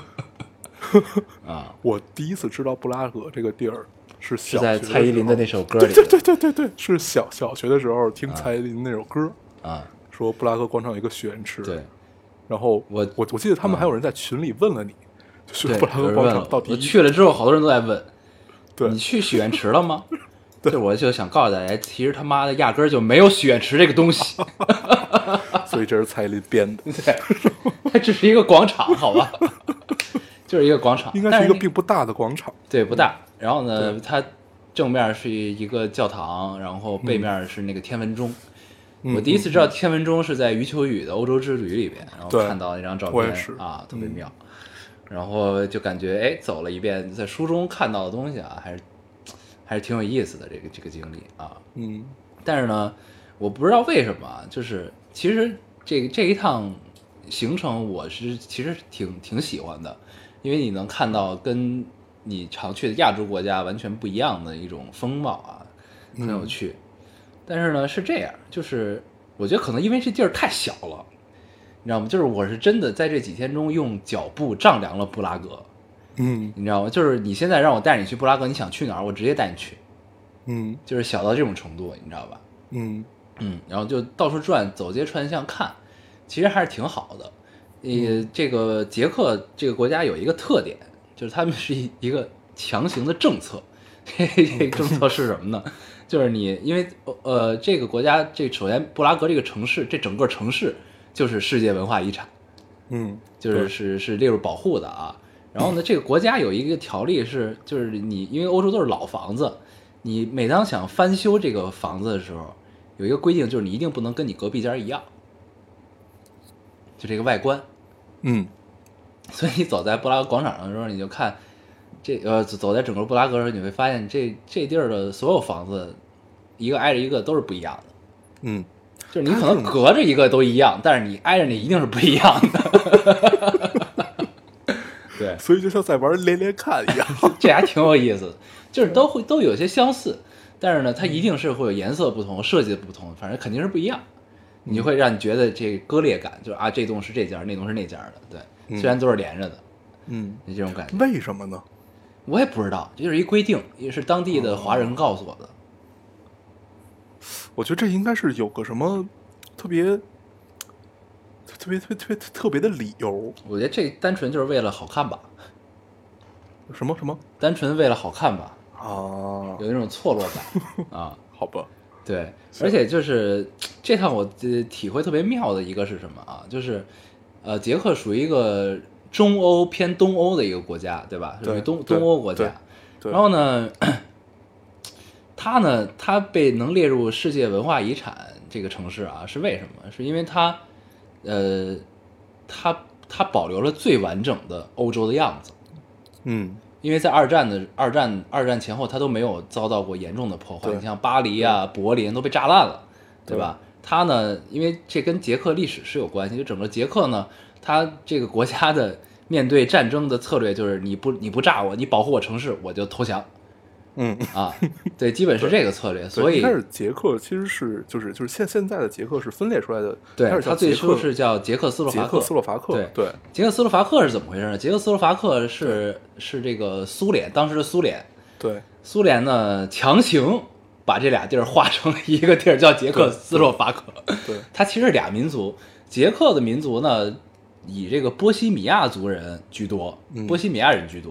啊， 我第一次知道布拉格这个地儿是小是在蔡依林的那首歌里， 对对对对对，是小小学的时候听蔡依林那首歌啊， 说布拉格广场有一个许愿池， 对， 然后我我我记得他们还有人在群里问了你，就是布拉格对， 广场到底我去了之后，好多人都在问， 对， 你去许愿池了吗？对，我就想告诉大家，其实他妈的压根儿就没有许愿池这个东西， 所以这是蔡依林编的， 对，它只是一个广场，好吧，就是一个广场， 应该是一个并不大的广场， 对，不大。然后呢，它正面是一个教堂，然后背面是那个天文钟。 嗯、 我第一次知道天文钟是在余秋雨的《欧洲之旅》里边，然后看到那张照片啊，特别妙。嗯、然后就感觉哎，走了一遍在书中看到的东西啊，还是还是挺有意思的这个这个经历啊。 嗯， 但是呢，我不知道为什么，就是其实这这一趟行程我是其实挺挺喜欢的，因为你能看到跟你常去的亚洲国家完全不一样的一种风貌啊，很有趣。嗯、但是呢，是这样，就是我觉得可能因为这地儿太小了，你知道吗？就是我是真的在这几天中用脚步丈量了布拉格， 嗯， 你知道吗？就是你现在让我带你去布拉格，你想去哪儿，我直接带你去， 嗯， 就是小到这种程度，你知道吧？ 嗯嗯，然后就到处转，走街串巷看，其实还是挺好的。呃，这个捷克这个国家有一个特点，就是他们是一一个强行的政策。这这个政策是什么呢？就是你因为呃这个国家这首先布拉格这个城市，这整个城市就是世界文化遗产， 嗯， 就是是是列入保护的啊。然后呢，这个国家有一个条例是，就是你因为欧洲都是老房子，你每当想翻修这个房子的时候，有一个规定，就是你一定不能跟你隔壁家一样，就这个外观。 嗯， 所以你走在布拉格广场上的时候，你就看这呃，走在整个布拉格的时候，你会发现这这地儿的所有房子一个挨着一个都是不一样的。 嗯， 就是你可能隔着一个都一样，但是你挨着你一定是不一样的。对， 所以就像在玩连连看一样， 这还挺有意思的，就是都会都有些相似，但是呢，它一定是会有颜色不同、设计的不同，反正肯定是不一样。你就会让你觉得这个割裂感，就是啊，这栋是这家，那栋是那家的，对， 嗯、 虽然都是连着的， 嗯， 就这种感觉。 为什么呢？ 我也不知道，这就是一规定，也是当地的华人告诉我的。 哦、我觉得这应该是有个什么特别、特别、特别、特别特别的理由。 我觉得这单纯就是为了好看吧。 什么什么？ 单纯为了好看吧。 啊， 有那种错落感啊。 好吧。 对，而且就是这趟我体会特别妙的一个是什么啊？就是呃，捷克属于一个中欧偏东欧的一个国家，对吧？属于东东欧国家。然后呢，它呢，它被能列入世界文化遗产这个城市啊，是为什么？是因为它呃，它它保留了最完整的欧洲的样子。 嗯。 因为在二战的二战二战前后，它都没有遭到过严重的破坏。你像巴黎啊、柏林都被炸烂了，对吧？它呢，因为这跟捷克历史是有关系，就整个捷克呢，它这个国家的面对战争的策略就是你不你不炸我，你保护我城市，我就投降。 嗯啊，对，基本是这个策略。所以开始捷克其实是就是就是现现在的捷克是分裂出来的。 对，它最初是叫捷克斯洛伐克。 捷克斯洛伐克。 对对， 捷克斯洛伐克是怎么回事呢？捷克斯洛伐克是是这个苏联当时的苏联。 对， 苏联呢强行把这俩地儿划成了一个地儿，叫捷克斯洛伐克。 对， 它其实是俩民族。捷克的民族呢以这个波西米亚族人居多，波西米亚人居多。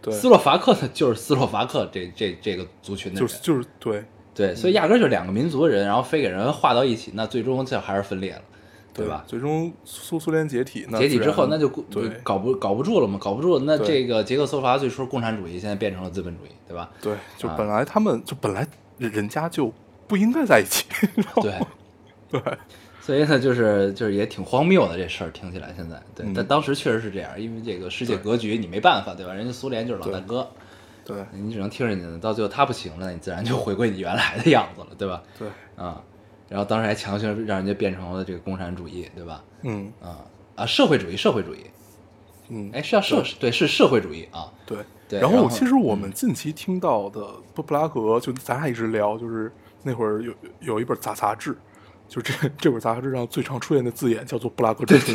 对， 斯洛伐克的就是斯洛伐克这这这个族群的人， 就是就是对对，所以压根就两个民族的人，然后非给人划到一起，那最终这还是分裂了，对吧？ 最终苏苏联解体，那解体之后那就对搞不搞不住了嘛，搞不住了，那这个捷克斯洛伐克最初共产主义现在变成了资本主义，对吧？ 对，就本来他们、啊、就本来人家就不应该在一起， 对对。 所以呢，就是就是也挺荒谬的这事儿，听起来现在对， 嗯、 但当时确实是这样，因为这个世界格局你没办法，对吧？人家苏联就是老大哥， 对，对你只能听人家的，到最后他不行了，你自然就回归你原来的样子了，对吧？ 对， 啊，然后当时还强行让人家变成了这个共产主义，对吧？ 嗯啊啊，社会主义，社会主义， 嗯， 哎，是要社对, 对是社会主义啊， 对对。 然后其实我们近期听到的布布拉格，就咱俩一直聊，就是那会儿有有一本杂杂志。就这这本杂志上最常出现的字眼叫做布拉格之春，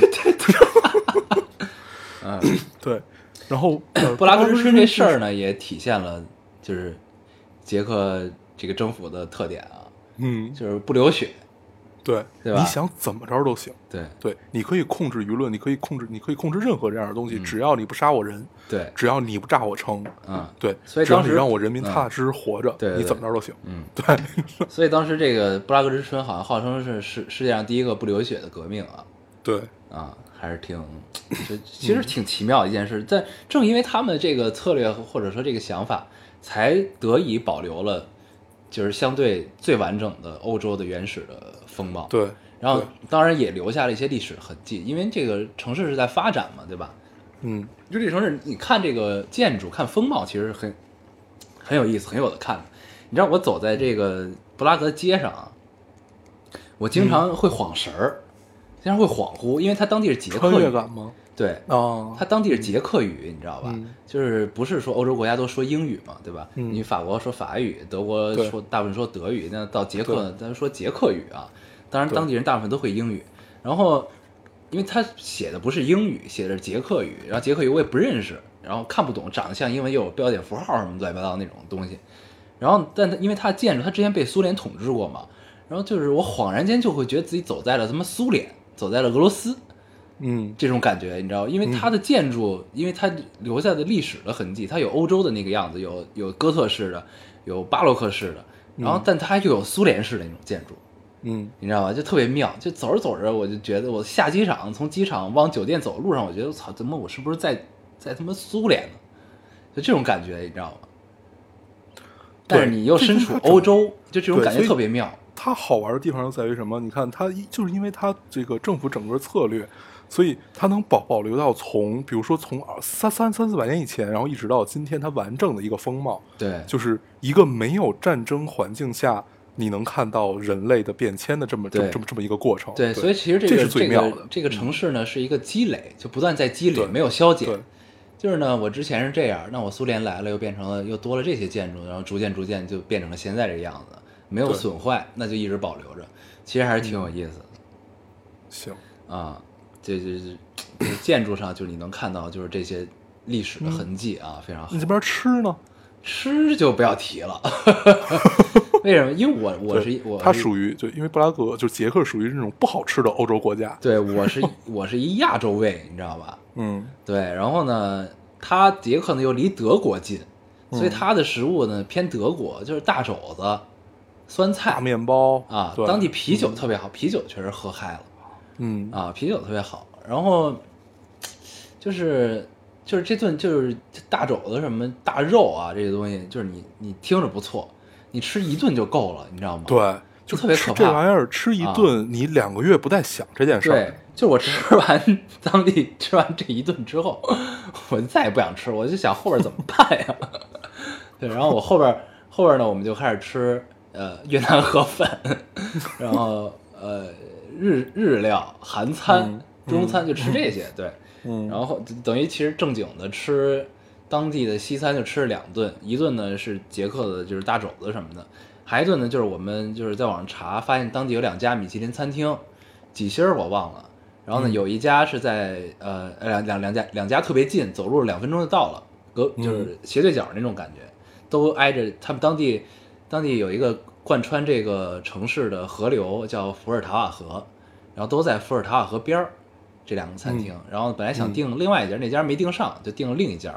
嗯， 对。然后、 呃、布拉格之春这事儿呢，也体现了就是捷克这个政府的特点啊， 嗯， 就是不流血， 对， 对吧？ 你想怎么着都行， 对对，你可以控制舆论，你可以控制，你可以控制任何这样的东西， 嗯、 只要你不杀我人， 对， 只要你不炸我城， 嗯， 对， 所以当时只要你让我人民踏踏实实活着， 嗯、对对对， 你怎么着都行， 嗯， 对。 所以当时这个布拉格之春好像号称是世世界上第一个不流血的革命啊， 对， 啊，还是挺，就其实挺奇妙的一件事。但正因为他们这个策略或者说这个想法，才得以保留了就是相对最完整的欧洲的原始的风貌。 对， 然后当然也留下了一些历史痕迹，因为这个城市是在发展嘛，对吧？ 嗯， 就这城市，你看这个建筑，看风貌，其实很很有意思，很有的看的。你知道我走在这个布拉格街上啊，我经常会晃神儿，嗯、经常会恍惚，因为它当地是捷克语。 穿越感吗？ 对， 哦， 它当地是捷克语，你知道吧？ 嗯、 就是不是说欧洲国家都说英语嘛，对吧？ 嗯、 你法国说法语，德国说大部分说德语，那到捷克呢，咱说捷克语啊。当然，当地人大部分都会英语。然后，因为他写的不是英语，写的是捷克语，然后捷克语我也不认识，然后看不懂，长得像英文又有标点符号什么乱七八糟那种东西。然后，但他因为他建筑，他之前被苏联统治过嘛，然后就是我恍然间就会觉得自己走在了他妈苏联，走在了俄罗斯， 嗯， 这种感觉你知道，因为它的建筑，嗯、因为它留下的历史的痕迹，它有欧洲的那个样子，有有哥特式的，有巴洛克式的，然后但它又有苏联式的那种建筑。 嗯， 你知道吧？就特别妙，就走着走着，我就觉得我下机场，从机场往酒店走的路上，我觉得我操，怎么我是不是在在他妈苏联呢？就这种感觉，你知道吗？但是你又身处欧洲，就这种感觉特别妙。 它好玩的地方又在于什么？你看，它就是因为它这个政府整个策略，所以它能保保留到从，比如说从三三三四百年以前，然后一直到今天，它完整的一个风貌。 对， 就是一个没有战争环境下。你能看到人类的变迁的这么这么这么这么一个过程， 对， 对所以其实这个这是最妙的。 这个这个城市呢、嗯、是一个积累，就不断在积累，没有消减。就是呢，我之前是这样，那我苏联来了，又变成了又多了这些建筑，然后逐渐逐渐就变成了现在这个样子，没有损坏，那就一直保留着，其实还是挺有意思的。嗯、 行啊，这这这建筑上就是你能看到就是这些历史的痕迹啊，嗯、非常好。 你这边吃呢？ 吃就不要提了。为什么？因为我我是我它属于就因为布拉格就捷克属于这种不好吃的欧洲国家。 对，我是我是一亚洲胃，你知道吧？ 嗯， 对。然后呢，它捷克呢又离德国近，所以它的食物呢偏德国，就是大肘子、酸菜、 大面包啊。当地啤酒特别好，嗯、啤酒确实喝嗨了。 嗯啊，啤酒特别好。然后就是就是这顿就是大肘子什么大肉啊这些东西，就是你你听着不错。你吃一顿就够了，你知道吗？ 对， 就特别可怕。 这玩意儿吃一顿，啊、你两个月不带想这件事儿。 对，就我吃完当地吃完这一顿之后，我就再也不想吃，我就想后边怎么办呀？对，然后我后边后边呢，我们就开始吃呃越南河粉，然后呃日日料、韩餐、 嗯、 中餐，就吃这些。对， 嗯， 然后等于其实正经的吃。当地的西餐就吃了两顿，一顿呢是捷克的，就是大肘子什么的，还一顿呢就是我们就是在网上查，发现当地有两家米其林餐厅，几星我忘了，然后呢、嗯、有一家是在呃两两两家两家特别近，走路两分钟就到了，隔就是斜对角那种感觉，嗯、都挨着。他们当地当地有一个贯穿这个城市的河流叫伏尔塔瓦河，然后都在伏尔塔瓦河边儿这两个餐厅， 嗯、 然后本来想订另外一家，嗯、那家没订上，就订了另一家。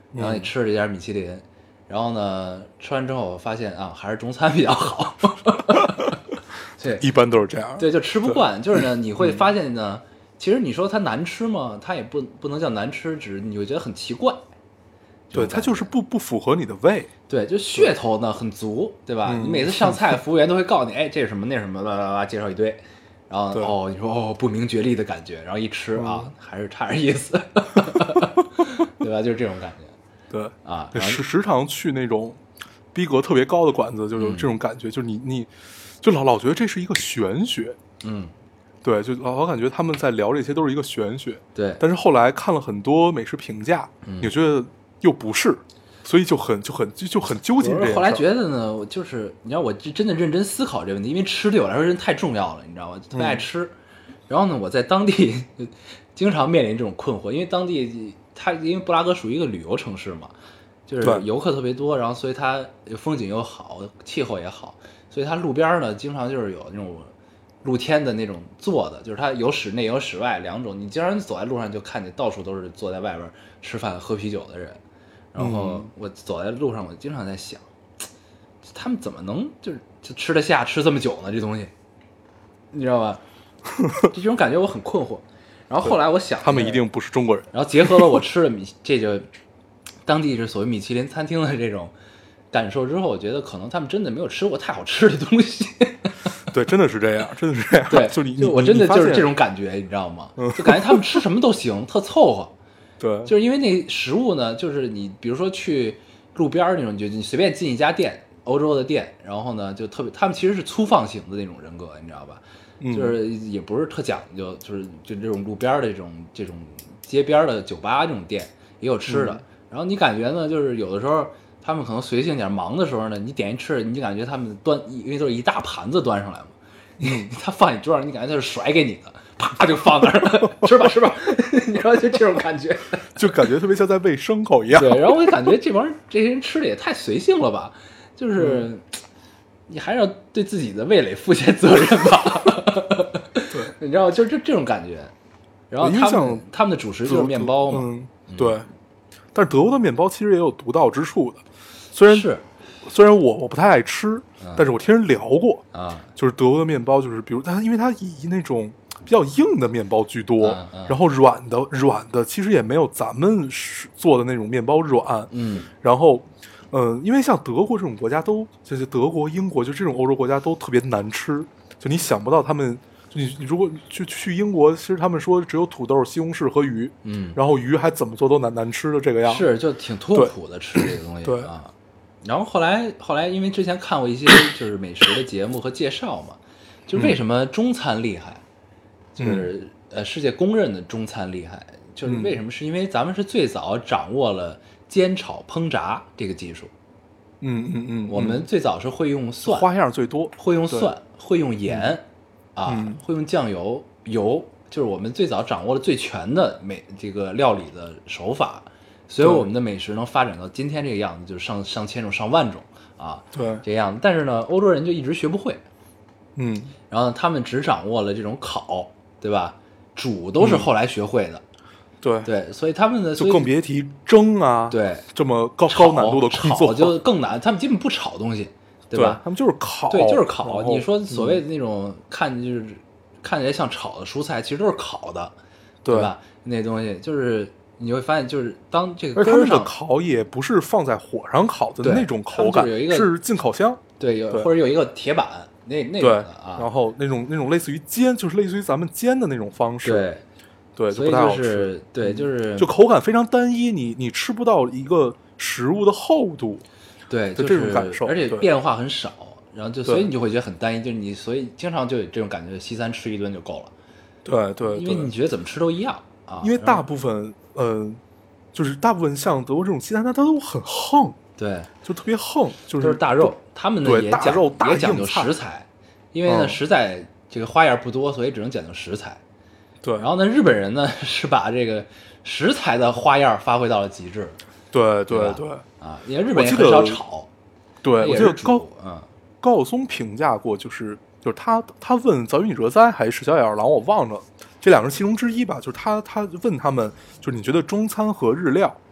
然后你吃了这家米其林，然后呢吃完之后发现啊还是中餐比较好。对， 一般都是这样。 对，就吃不惯，就是呢你会发现呢，其实你说它难吃吗？它也不不能叫难吃，只是你会觉得很奇怪。 对，它就是不不符合你的胃。 对，就噱头呢很足，对吧？ 嗯、 你每次上菜，服务员都会告诉你，哎，这是什么，那是什么，啦啦啦，介绍一堆。然后哦，你说哦，不明觉厉的感觉，然后一吃、嗯、啊，还是差点意思，对吧？就是这种感觉。 对啊， 时时常去那种逼格特别高的馆子，就有这种感觉，嗯、就是你你就老老觉得这是一个玄学， 嗯， 对，就老老感觉他们在聊这些都是一个玄学， 对。 但是后来看了很多美食评价，嗯、你觉得又不是。所以就很就很就就很纠结这件事。 后来觉得呢，我就是你知道，我真的认真思考这个问题，因为吃对我来说真的太重要了，你知道吗？特别爱吃。嗯、然后呢，我在当地经常面临这种困惑，因为当地它因为布拉格属于一个旅游城市嘛，就是游客特别多，然后所以它风景又好，气候也好，所以它路边呢经常就是有那种露天的那种坐的，就是它有室内有室外两种，你经常走在路上就看见到处都是坐在外边吃饭喝啤酒的人。然后我走在路上，我经常在想，他们怎么能就是就吃得下吃这么久呢？这东西，你知道吧？这种感觉我很困惑。然后后来我想， 他们一定不是中国人。 然后结合了我吃了米这就当地是所谓米其林餐厅的这种感受之后，我觉得可能他们真的没有吃过太好吃的东西。 对，真的是这样，真的是这样。 对， 就你就我真的就是这种感觉，你知道吗？就感觉他们吃什么都行，特凑合。 对， 就是因为那食物呢，就是你比如说去路边那种，就你随便进一家店，欧洲的店，然后呢就特别，他们其实是粗放型的那种人格，你知道吧？ 嗯、 就是也不是特讲究，就是就这种路边的这种这种街边的酒吧这种店也有吃的。嗯、然后你感觉呢，就是有的时候他们可能随性点，忙的时候呢，你点一吃，你就感觉他们端，因为都是一大盘子端上来嘛，嗯、他放你桌上，你感觉他是甩给你的。啪就放那儿了，吃吧吃吧，你知道就这种感觉， 就感觉特别像在喂牲口一样。 对，然后我就感觉这帮人这些人吃的也太随性了吧，就是、嗯、你还是要对自己的味蕾负些责任吧。 对， 你知道就这这种感觉。然后他们他们的主食就是面包嘛， 嗯，对。但是德国的面包其实也有独到之处的，虽然是虽然我我不太爱吃， 嗯、 但是我听人聊过啊， 就是德国的面包，就是比如它因为它以那种比较硬的面包居多， 嗯嗯、 然后软的软的其实也没有咱们做的那种面包软， 嗯， 然后嗯、呃，因为像德国这种国家都就是德国、英国就这种欧洲国家都特别难吃，就你想不到他们。就你你如果去去英国，其实他们说只有土豆、西红柿和鱼， 嗯， 然后鱼还怎么做都难难吃的这个样子， 是就挺痛苦的吃这个东西， 对啊。然后后来后来因为之前看过一些就是美食的节目和介绍嘛，就为什么中餐厉害，嗯、就是呃世界公认的中餐厉害，就是为什么？是因为咱们是最早掌握了煎炒烹炸这个技术， 嗯嗯嗯， 我们最早是会用蒜， 花样最多， 会用蒜，会用盐。嗯啊， 嗯、 会用酱油、油，就是我们最早掌握了最全的美这个料理的手法，所以我们的美食能发展到今天这个样子，就是上上千种、上万种啊， 对， 这样子。但是呢，欧洲人就一直学不会， 嗯， 然后他们只掌握了这种烤，对吧？煮都是后来学会的， 嗯、对对，所以他们的就更别提蒸啊， 对， 这么高高难度的工作炒就更难，他们基本不炒东西。对吧？ 他们就是烤， 对，就是烤。你说所谓的那种、嗯、看就是看起来像炒的蔬菜，其实都是烤的，对, 对吧？那东西就是你会发现，就是当这个根儿上，而他们的烤也不是放在火上烤的那种口感， 有一个是进烤箱， 对，有或者有一个铁板那那种的啊。 然后那种那种类似于煎，就是类似于咱们煎的那种方式， 对对， 所以就是对，就是就口感非常单一，你你吃不到一个食物的厚度。 对， 就这种感受， 而且变化很少，然后就所以你就会觉得很单一，就是你所以经常就有这种感觉，西餐吃一顿就够了。 对对， 因为你觉得怎么吃都一样啊。 因为大部分呃，就是大部分像德国这种西餐，它它都很横， 对， 就特别横，就是都是大肉，他们呢也讲也讲究食材，因为呢实在这个花样不多，所以只能讲究食材。 对， 然后呢，日本人呢是把这个食材的花样发挥到了极致。 对对对啊，因为日本也很少炒。 对，我记得高嗯高晓松评价过，就是就是他他问早乙女哲哉还是史小野二郎，我忘了这两个其中之一吧。就是他他问他们，就是你觉得中餐和日料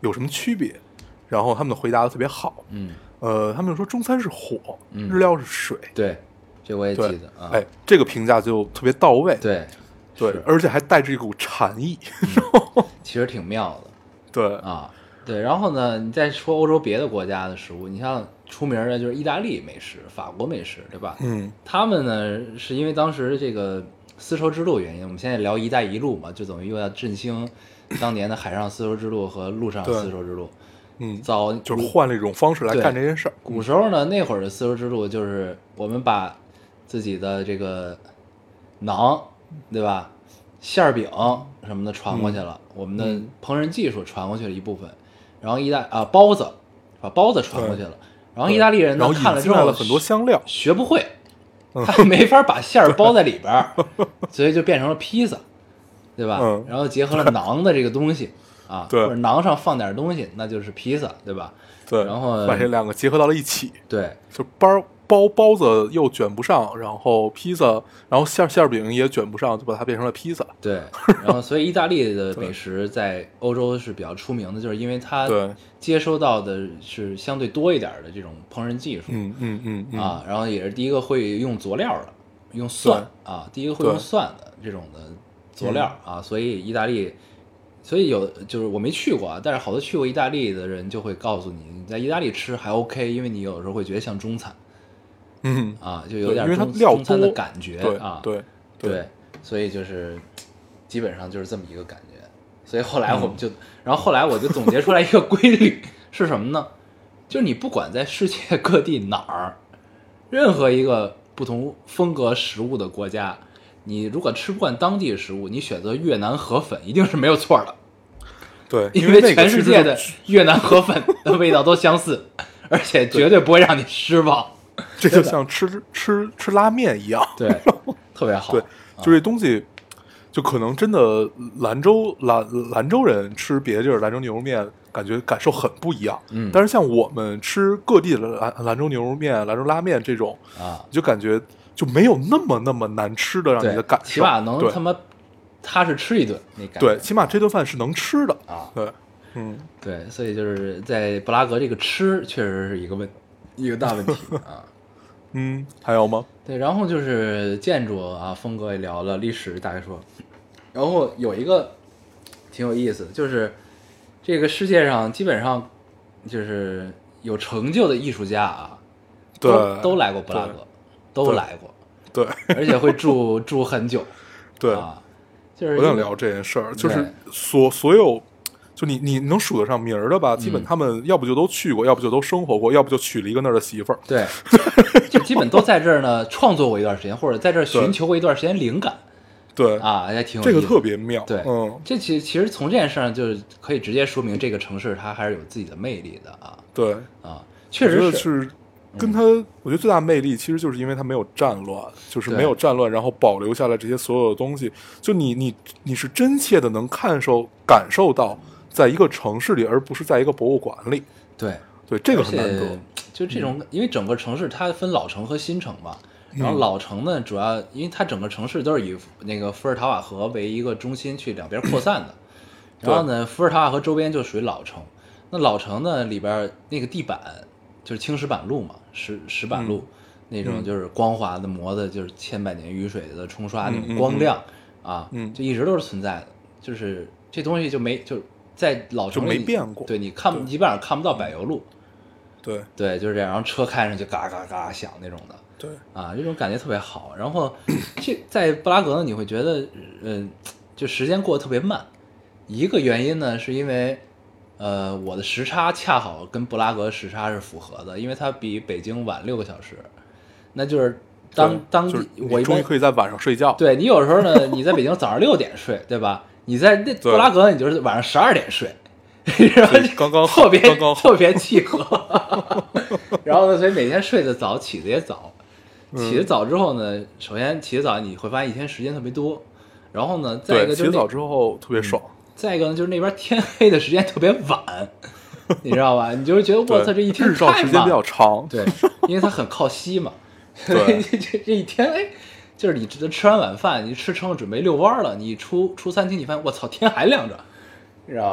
有什么区别？然后他们的回答都特别好。 嗯， 呃，他们就说中餐是火， 嗯、 日料是水。 对，这我也记得啊。 哎，这个评价就特别到位。 对， 对，而且还带着一股禅意， 嗯、其实挺妙的。 对啊，对。然后呢，你再说欧洲别的国家的食物，你像出名的就是意大利美食、法国美食，对吧？ 嗯， 他们呢是因为当时这个丝绸之路原因，我们现在聊“一带一路”嘛，就等于又要振兴当年的海上丝绸之路和陆上丝绸之路。 嗯， 早就是换了一种方式来干这件事儿。 古时候呢，那会儿的丝绸之路就是我们把自己的这个馕，对吧？馅饼什么的传过去了， 嗯、 我们的烹饪技术传过去了一部分，然后意大啊包子把包子传过去了，然后意大利人呢看了之后了很多香料， 学不会，他没法把馅儿包在里边，所以就变成了披萨，对吧？ 嗯、 然后结合了馕的这个东西啊， 对， 或者馕上放点东西，那就是披萨，对吧？ 对， 然后把这两个结合到了一起， 对， 就包包包子又卷不上，然后披萨，然后馅馅饼也卷不上，就把它变成了披萨。 对，然后所以意大利的美食在欧洲是比较出名的，就是因为它接收到的是相对多一点的这种烹饪技术， 嗯嗯嗯嗯啊，然后也是第一个会用佐料的，用蒜啊，第一个会用蒜的这种的佐料啊，所以意大利。所以有就是我没去过啊，但是好多去过意大利的人就会告诉你，你在意大利吃还 OK， 因为你有时候会觉得像中餐， 嗯啊，就有点中中餐的感觉啊， 对对对，所以就是基本上就是这么一个感觉。所以后来我们就，嗯、然后后来我就总结出来一个规律是什么呢？就是你不管在世界各地哪儿，任何一个不同风格食物的国家。你如果吃不惯当地的食物，你选择越南河粉一定是没有错的。 对， 因为全世界的越南河粉的味道都相似，而且绝对不会让你失望。 这就像吃吃吃拉面一样， 对，特别好。 对，就这东西，就可能真的兰州兰兰州人吃别的地儿兰州牛肉面，感觉感受很不一样。 嗯， 但是像我们吃各地的兰兰州牛肉面、兰州拉面这种啊， 就感觉。就没有那么那么难吃的让你的感受， 起码能他妈踏实吃一顿，那感觉对，起码这顿饭是能吃的啊。 对，嗯， 对，所以就是在布拉格这个吃确实是一个问一个大问题啊。 嗯，还有吗？ 对，然后就是建筑啊，风格也聊了，历史大概说，然后有一个挺有意思的，就是这个世界上基本上就是有成就的艺术家啊， 对， 都, 都来过布拉格。都来过， 对， 而且会住住很久， 对啊，就是我想聊这件事儿，就是所所有，就你你能数得上名儿的吧，基本他们要不就都去过，要不就都生活过，要不就娶了一个那儿的媳妇儿， 对，就基本都在这儿呢创作过一段时间，或者在这儿寻求过一段时间灵感， 对啊，还挺有这个特别妙， 对， 嗯， 这其其实从这件事上就可以直接说明这个城市它还是有自己的魅力的啊， 对， 啊，确实是。跟他，我觉得最大魅力其实就是因为他没有战乱，就是没有战乱，然后保留下来这些所有的东西。就你你你是真切的能看受感受到，在一个城市里，而不是在一个博物馆里。 对对，这个很难得。 就这种，因为整个城市它分老城和新城嘛。然后老城呢，主要因为它整个城市都是以那个伏尔塔瓦河为一个中心去两边扩散的。然后呢，伏尔塔瓦河周边就属于老城。那老城呢里边那个地板就是青石板路嘛。石石板路、嗯、那种就是光滑的磨的，就是千百年雨水的冲刷那种光亮、 嗯、 啊， 嗯， 就一直都是存在的。就是这东西就没就在老城里就没变过， 对，你看基本上看不到柏油路。 对对，就是这样。然后车开上去嘎嘎嘎响那种的。 对啊，这种感觉特别好。然后这在布拉格呢，你会觉得嗯、呃，就时间过得特别慢。一个原因呢，是因为。呃，我的时差恰好跟布拉格时差是符合的，因为它比北京晚六个小时。那就是当当地我终于可以在晚上睡觉。 对，你有时候呢，你在北京早上六点睡，对吧？你在那布拉格你就是晚上十二点睡，然后刚刚特别刚刚特别契合。然后呢，所以每天睡得早，起得也早。起得早之后呢，首先起得早，你会发现一天时间特别多。然后呢，再一个就是起得早之后特别爽。 嗯再一个呢，就是那边天黑的时间特别晚，你知道吧？你就会觉得我操，这一天日照时间比较长， 对，因为它很靠西嘛。对，这这一天，哎，就是你吃完晚饭，你吃撑了准备遛弯了，你出出餐厅，你发现我操，天还亮着，你知道吧？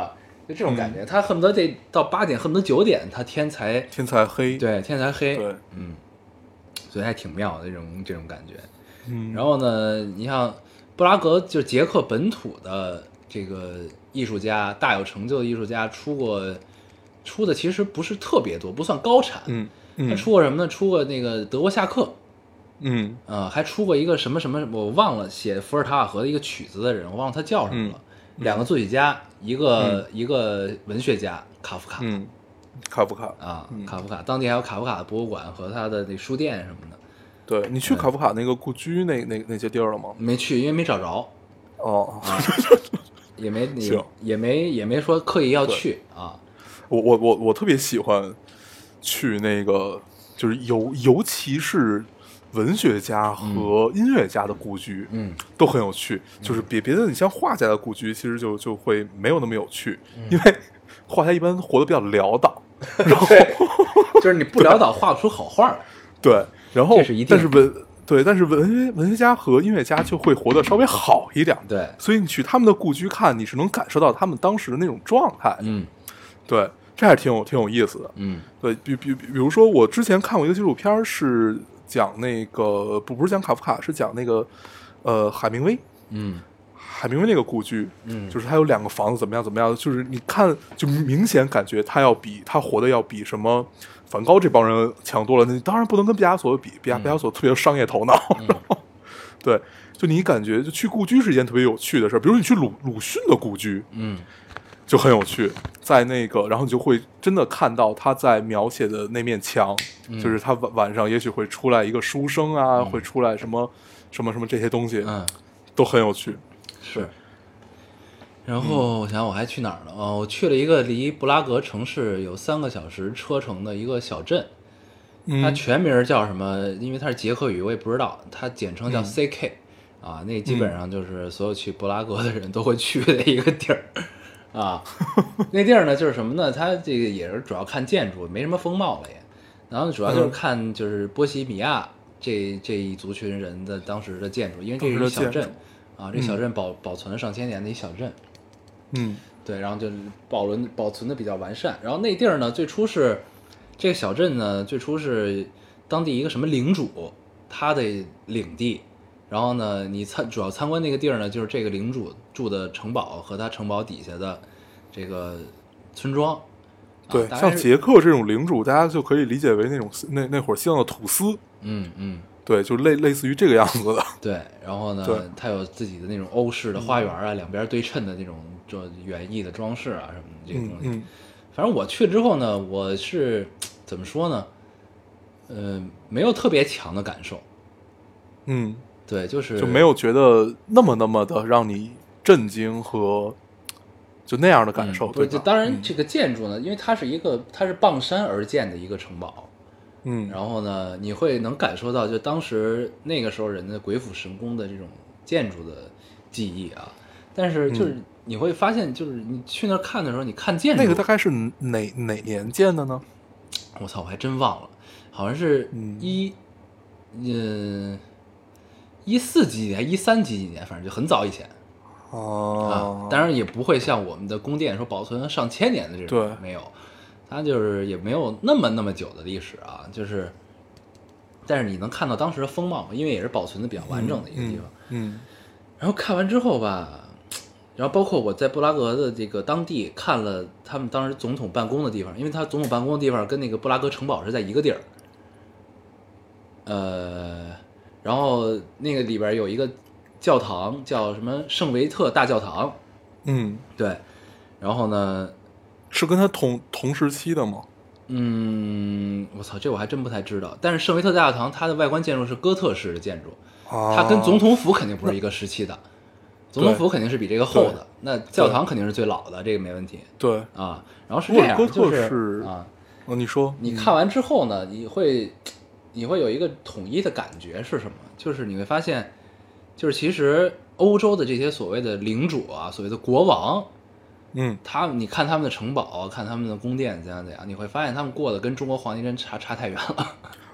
就这种感觉，他恨不得得到八点，恨不得九点，他天才天才黑， 对，天才黑， 对， 嗯，所以还挺妙的这种这种感觉。 嗯， 然后呢，你像布拉格，就是捷克本土的这个艺术家，大有成就的艺术家，出过出的其实不是特别多，不算高产， 嗯嗯， 他出过什么呢？出过那个德国夏克， 嗯， 呃，还出过一个什么什么，我忘了，写伏尔塔瓦河的一个曲子的人，我忘了他叫什么了。 嗯、 两个作曲家，一个、嗯、一个文学家，卡夫卡， 嗯，卡夫卡啊， 嗯、 卡夫卡，当地还有卡夫卡的博物馆和他的那书店什么的。 对，你去卡夫卡那个故居那那那些地儿了吗？ 没去，因为没找着。 哦， 啊、也没也也没也没说刻意要去啊。 我我我我特别喜欢去那个，就是尤尤其是文学家和音乐家的故居， 嗯， 都很有趣。嗯、就是别别的，你像画家的故居，其实就就会没有那么有趣，嗯、因为画家一般活得比较潦倒，然后就是你不潦倒画不出好画。 对，然后这是一定但是文对，但是文文学家和音乐家就会活得稍微好一点。 对， 所以你去他们的故居看，你是能感受到他们当时的那种状态。 嗯， 对。这还挺有挺有意思的， 嗯， 对比比比如说，我之前看过一个纪录片，是讲那个不不是讲卡夫卡，是讲那个呃海明威， 嗯， 海明威那个故居， 嗯， 就是他有两个房子，怎么样怎么样，就是你看就明显感觉他要比他活的要比什么梵高这帮人强多了。那当然不能跟毕加索比，毕加毕加索特别有商业头脑， 嗯、 对，就你感觉就去故居是一件特别有趣的事儿，比如你去鲁鲁迅的故居， 嗯。 就很有趣，在那个，然后你就会真的看到他在描写的那面墙， 嗯、 就是他晚晚上也许会出来一个书生啊， 嗯、 会出来什么什么什么这些东西， 嗯， 都很有趣。 是。然后我想我还去哪儿了？哦，我去了一个离布拉格城市有三个小时车程的一个小镇， 嗯、 它全名叫什么？因为它是捷克语，我也不知道，它简称叫 C K，、 嗯、 啊，那基本上就是所有去布拉格的人都会去的一个地儿。啊，那地儿呢，就是什么呢？它这个也是主要看建筑，没什么风貌了也。然后主要就是看就是波西米亚这这一族群人的当时的建筑，因为这是一小镇啊，这小镇保、嗯、保存了上千年的一小镇。 嗯， 对，然后就保存保存的比较完善。然后那地儿呢，最初是这个小镇呢，最初是当地一个什么领主他的领地。然后呢，你参主要参观那个地儿呢，就是这个领主住的城堡和他城堡底下的这个村庄。 对， 啊、 像捷克这种领主，大家就可以理解为那种那那会儿西藏的土司。 嗯嗯， 对，就类类似于这个样子的。 对，然后呢，它有自己的那种欧式的花园啊，嗯、两边对称的那种这园艺的装饰啊什么的这个东西。 嗯嗯、 反正我去之后呢，我是怎么说呢？呃，没有特别强的感受。 嗯。 对，就是就没有觉得那么那么的让你震惊和就那样的感受。 嗯、不是，就当然这个建筑呢，嗯、因为它是一个它是傍山而建的一个城堡， 嗯， 然后呢，你会能感受到就当时那个时候人的鬼斧神工的这种建筑的技艺啊。但是就是你会发现，就是你去那儿看的时候，你看建筑那个大概是哪哪年建的呢？ 我操，我还真忘了，好像是一嗯。一四几年，一三几几年，反正就很早以前， 哦、 啊，当然也不会像我们的宫殿说保存了上千年的这种， 对， 没有，它就是也没有那么那么久的历史啊，就是，但是你能看到当时的风貌，因为也是保存的比较完整的一个地方， 嗯，嗯嗯然后看完之后吧，然后包括我在布拉格的这个当地看了他们当时总统办公的地方，因为他总统办公的地方跟那个布拉格城堡是在一个地儿，呃。然后那个里边有一个教堂，叫什么圣维特大教堂。 嗯， 对。然后呢， 是跟他同同时期的吗？ 嗯，我操，这我还真不太知道。但是圣维特大教堂它的外观建筑是哥特式的建筑， 啊、 它跟总统府肯定不是一个时期的，总统府肯定是比这个厚的。那教堂肯定是最老的，这个没问题。 对啊，然后是这样， 哥特是、 是啊， 哦，你说， 你看完之后呢，你会。你会有一个统一的感觉是什么？就是你会发现，就是其实欧洲的这些所谓的领主啊，所谓的国王， 嗯， 他你看他们的城堡，看他们的宫殿怎样怎样，你会发现他们过得跟中国皇帝真差差太远了。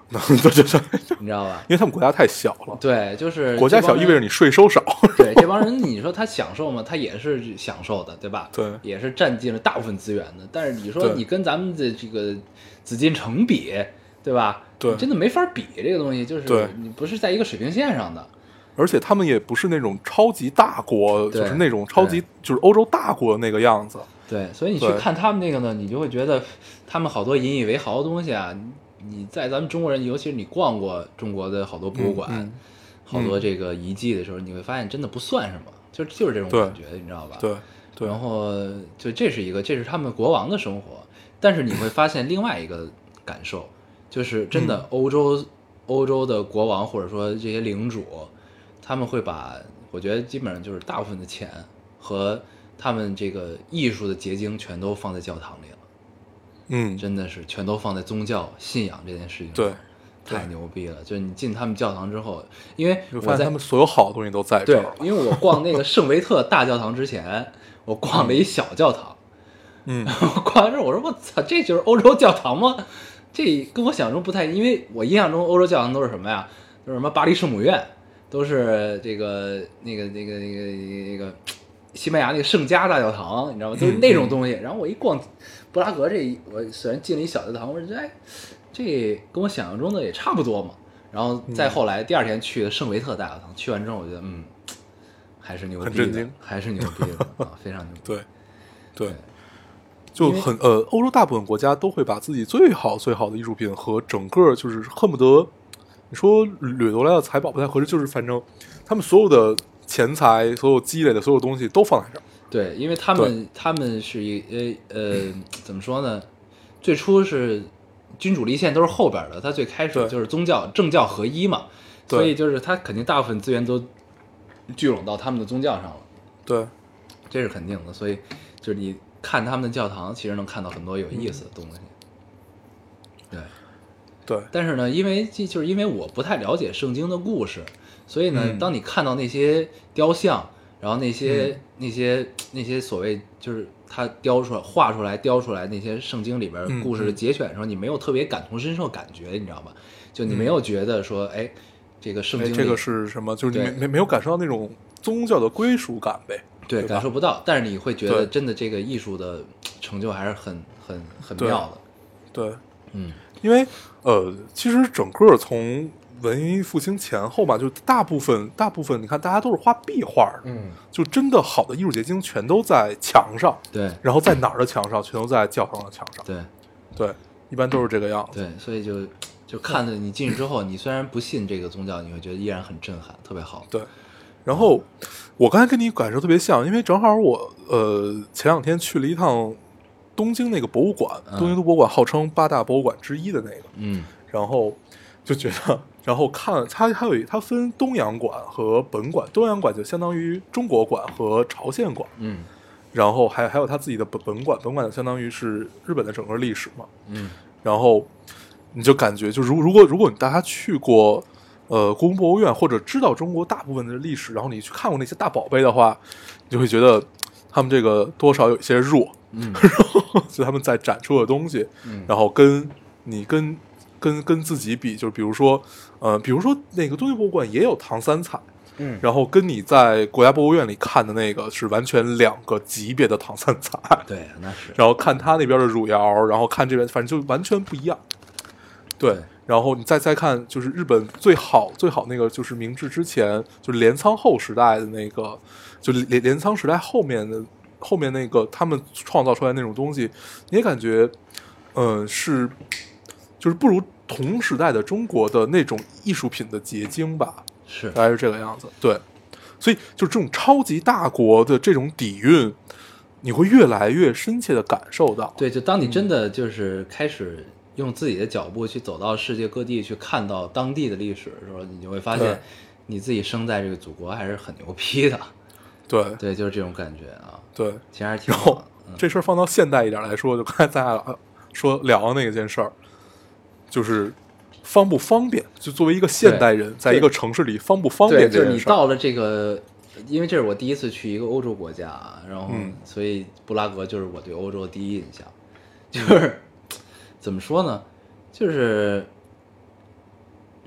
对对对， 你知道吧？ 因为他们国家太小了。 对，就是国家小意味着你税收少。 对，这帮人你说他享受吗？他也是享受的，对吧？ 对， 也是占尽了大部分资源的。但是你说你跟咱们的这个紫禁城比，对吧？ 对， 真的没法比这个东西，就是你不是在一个水平线上的。 而且他们也不是那种超级大国，就是那种超级就是欧洲大国的那个样子。 对，所以你去看他们那个呢，你就会觉得他们好多引以为豪的东西啊。你在咱们中国人，尤其是你逛过中国的好多博物馆、 嗯嗯、 好多这个遗迹的时候，你会发现真的不算什么，就就是这种感觉，你知道吧？ 对对。 然后就这是一个，这是他们国王的生活，但是你会发现另外一个感受，就是真的欧洲、嗯、欧洲的国王或者说这些领主。他们会把，我觉得基本上就是大部分的钱和他们这个艺术的结晶全都放在教堂里了， 嗯， 真的是全都放在宗教信仰这件事情上， 对， 太牛逼了！就是你进他们教堂之后，因为我发现他们所有好的东西都在这儿。 对，因为我逛那个圣维特大教堂之前，我逛了一小教堂， 嗯， 我逛完之后我说我操，这就是欧洲教堂吗？这跟我想象中不太，因为我印象中欧洲教堂都是什么呀？都是什么巴黎圣母院。都是这个那个那个那个那个西班牙那个圣家大教堂，你知道吗？都是那种东西。然后我一逛布拉格这，我虽然进了一小教堂，我说哎，这跟我想象中的也差不多嘛。然后再后来第二天去的圣维特大教堂，去完之后我觉得嗯，还是牛逼的， 很震惊， 还是牛逼的啊，非常牛逼。 对对，就很呃，欧洲大部分国家都会把自己最好最好的艺术品和整个就是恨不得。你说掠夺来的财宝不太合适，就是反正他们所有的钱财、所有积累的所有东西都放在这儿。 对，因为他们他们是一呃呃怎么说呢？最初是君主立宪都是后边的，他最开始就是宗教政教合一嘛，所以就是他肯定大部分资源都聚拢到他们的宗教上了。 对， 这是肯定的。所以就是你看他们的教堂，其实能看到很多有意思的东西。对。 对， 但是呢，因为就是因为我不太了解圣经的故事，所以呢，嗯、当你看到那些雕像，然后那些、嗯、那些那些所谓就是他雕出来、画出来、雕出来那些圣经里边故事的节选的时候，嗯、你没有特别感同身受感觉，你知道吧？就你没有觉得说，哎、嗯，这个圣经这个是什么？就是你没没没有感受到那种宗教的归属感呗？ 对，感受不到。但是你会觉得，真的这个艺术的成就还是很很很妙的。 对， 对嗯。 因为呃，其实整个从文艺复兴前后吧，就大部分大部分，你看大家都是画壁画的， 嗯， 就真的好的艺术结晶全都在墙上， 对， 然后在哪儿的墙上，全都在教堂的墙上， 对， 对，一般都是这个样子， 对，所以就就看着你进去之后，你虽然不信这个宗教，你会觉得依然很震撼，特别好， 对。然后我刚才跟你感受特别像，因为正好我呃前两天去了一趟。东京那个博物馆，东京都博物馆号称八大博物馆之一的那个， 嗯， 然后就觉得，然后看它还有它分东洋馆和本馆，东洋馆就相当于中国馆和朝鲜馆， 嗯， 然后还还有它自己的本本馆，本馆就相当于是日本的整个历史嘛， 嗯， 然后你就感觉，就如如果如果你大家去过呃故宫博物院或者知道中国大部分的历史，然后你去看过那些大宝贝的话，你就会觉得他们这个多少有一些弱。 嗯， 然后就他们在展出的东西， 嗯， 然后跟你跟跟跟自己比，就是比如说，呃，比如说那个东京博物馆也有唐三彩， 嗯， 然后跟你在国家博物院里看的那个是完全两个级别的唐三彩， 对，那是。 然后看他那边的汝窑，然后看这边，反正就完全不一样。对，对然后你再再看，就是日本最好最好那个，就是明治之前，就是镰仓后时代的那个，就镰镰仓时代后面的。后面那个他们创造出来那种东西，你也感觉，嗯、呃，是，就是不如同时代的中国的那种艺术品的结晶吧， 是， 大概是这个样子。对，所以就这种超级大国的这种底蕴，你会越来越深切的感受到。 对，就当你真的就是开始用自己的脚步去走到世界各地去看到当地的历史的时候，你就会发现你自己生在这个祖国还是很牛逼的。 对对，就是这种感觉啊。 对， 其实还是挺好的。 嗯、这事儿放到现代一点来说，就刚才咱俩说聊的那件事儿，就是方不方便？就作为一个现代人，在一个城市里方不方便这件事儿？ 对，就是你到了这个，因为这是我第一次去一个欧洲国家，然后、嗯、所以布拉格就是我对欧洲的第一印象。就是、嗯、怎么说呢？就是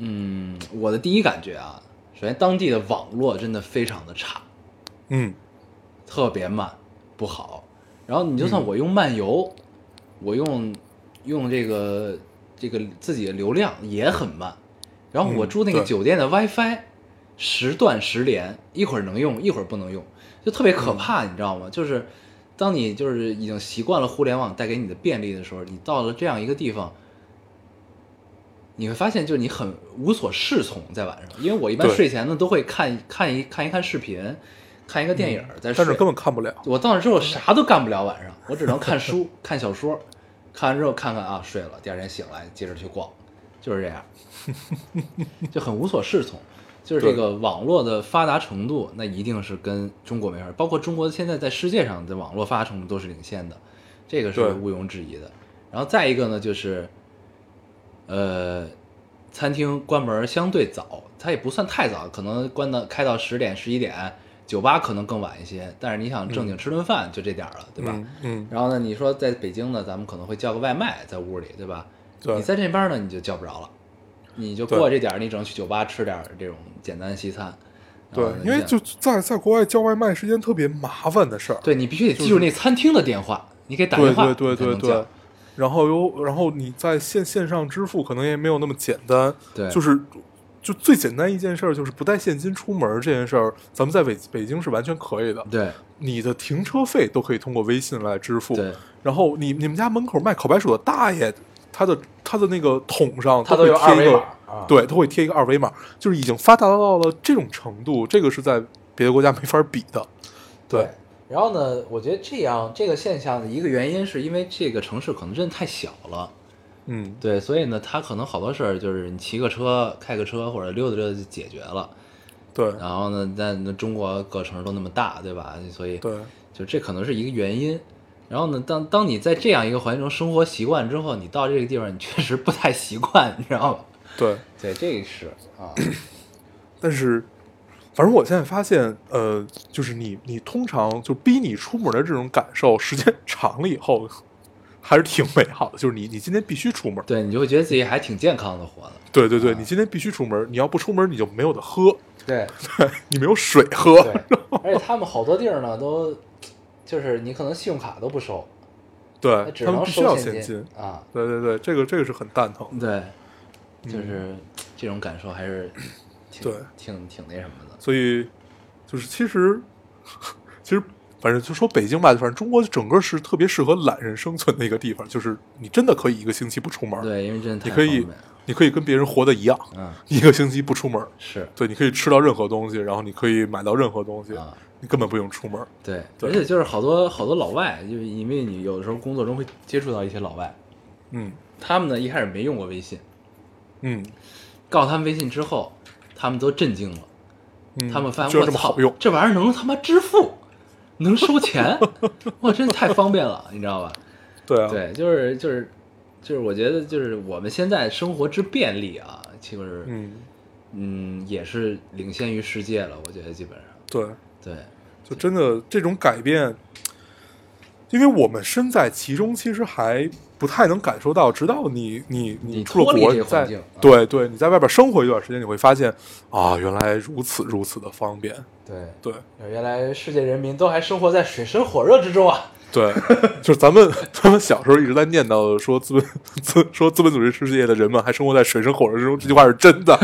嗯，我的第一感觉啊，首先当地的网络真的非常的差， 嗯， 特别慢，不好。然后你就算我用漫游，嗯、我用用这个这个自己的流量也很慢。然后我住那个酒店的 WiFi，时断时连，一会儿能用，一会儿不能用，就特别可怕，你知道吗？就是当你就是已经习惯了互联网带给你的便利的时候，你到了这样一个地方。你会发现，就是你很无所适从，在晚上，因为我一般睡前呢都会看看一看一看视频，看一个电影再睡， 但是根本看不了。 我到那之后啥都干不了，晚上我只能看书、看小说，看完之后看看啊睡了，第二天醒来接着去逛，就是这样，就很无所适从。就是这个网络的发达程度，那一定是跟中国没法，包括中国现在在世界上的网络发达程度都是领先的，这个是毋庸置疑的。然后再一个呢，就是。呃，餐厅关门相对早，它也不算太早，可能关到开到十点、十一点。酒吧可能更晚一些，但是你想正经吃顿饭就这点了，对吧？ 嗯。嗯。 然后呢，你说在北京呢，咱们可能会叫个外卖在屋里，对吧？ 对。 你在这边呢，你就叫不着了，你就过这点，你只能去酒吧吃点这种简单西餐。 对，因为就在在国外叫外卖是件特别麻烦的事儿。 对，你必须得记住那餐厅的电话，就是、你给打电话， 对对对对对。然后有，然后你在线线上支付可能也没有那么简单， 对， 就是就最简单一件事就是不带现金出门这件事儿，咱们在北北京是完全可以的。 对， 你的停车费都可以通过微信来支付。 对， 然后你你们家门口卖烤白薯的大爷，他的他的那个桶上他都有贴一个， 啊、 对，他会贴一个二维码，就是已经发达到了这种程度，这个是在别的国家没法比的。对。 对然后呢，我觉得这样这个现象的一个原因是因为这个城市可能真的太小了， 嗯， 对，所以呢，它可能好多事儿就是你骑个车、开个车或者溜达溜达就解决了， 对。 然后呢，但中国各城市都那么大，对吧？所以对， 就这可能是一个原因。然后呢，当当你在这样一个环境中生活习惯之后，你到这个地方你确实不太习惯，你知道吗？ 对， 对，这个是啊， 但是。反正我现在发现，呃，就是你，你通常就逼你出门的这种感受，时间长了以后，还是挺美好的。就是你，你今天必须出门， 对你就会觉得自己还挺健康的活的。 对对对，啊、你今天必须出门，你要不出门，你就没有的喝。 对， 对你没有水喝。 对，而且他们好多地儿呢，都就是你可能信用卡都不收， 对， 只他们必须要现现金啊。 对对对，这个这个是很蛋疼。 对，就是、嗯、这种感受还是。挺对， 挺挺那什么的， 所以就是其实其实反正就说北京吧，反正中国整个是特别适合懒人生存的一个地方，就是你真的可以一个星期不出门， 对，因为真的太你可以你可以跟别人活的一样， 嗯， 一个星期不出门是对，你可以吃到任何东西，然后你可以买到任何东西， 啊、 你根本不用出门。 对， 对， 而且就是好多好多老外，就是因为你有的时候工作中会接触到一些老外， 嗯， 他们呢一开始没用过微信， 嗯， 告诉他们微信之后。他们都震惊了， 嗯、 他们发现我操， 这, 这玩意儿能他妈支付，能收钱，哇，真的太方便了，你知道吧？ 对啊， 对，就是就是就是，我觉得就是我们现在生活之便利啊，其实嗯嗯也是领先于世界了，我觉得基本上。 对对， 就真的这种改变，因为我们身在其中，其实还。不太能感受到，直到你你你出了国，在、 嗯、 对对，你在外边生活一段时间，你会发现啊，原来如此如此的方便。 对对， 原来世界人民都还生活在水深火热之中啊。 对，就是咱们咱们小时候一直在念叨说资本资说资本主义世界的人们还生活在水深火热之中，这句话是真的。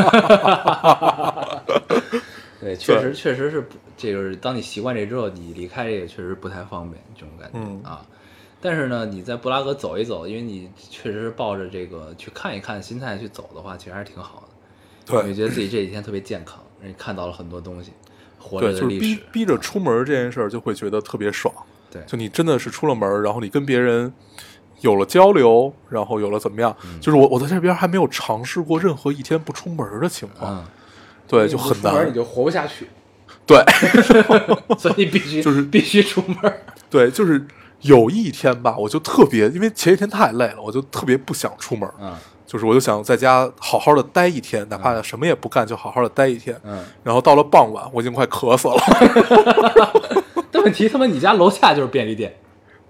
对，确实确实是，这就是当你习惯这之后，你离开这个确实不太方便，这种感觉、 嗯、 啊。但是呢，你在布拉格走一走，因为你确实是抱着这个去看一看心态去走的话，其实还是挺好的。 对， 我觉得自己这几天特别健康，人看到了很多东西，活着的历史。 对，就是逼逼着出门这件事儿，就会觉得特别爽。 对， 就你真的是出了门，然后你跟别人有了交流，然后有了怎么样？ 嗯、 就是我我在这边还没有尝试过任何一天不出门的情况。 嗯、 对，就很难， 你就活不下去。 对， 所以必须就是必须出门。 对，就是。有一天吧，我就特别，因为前一天太累了，我就特别不想出门。 嗯， 就是我就想在家好好的待一天，哪怕什么也不干，就好好的待一天。 嗯， 然后到了傍晚，我已经快渴死了。 但问题他妈你家楼下就是便利店。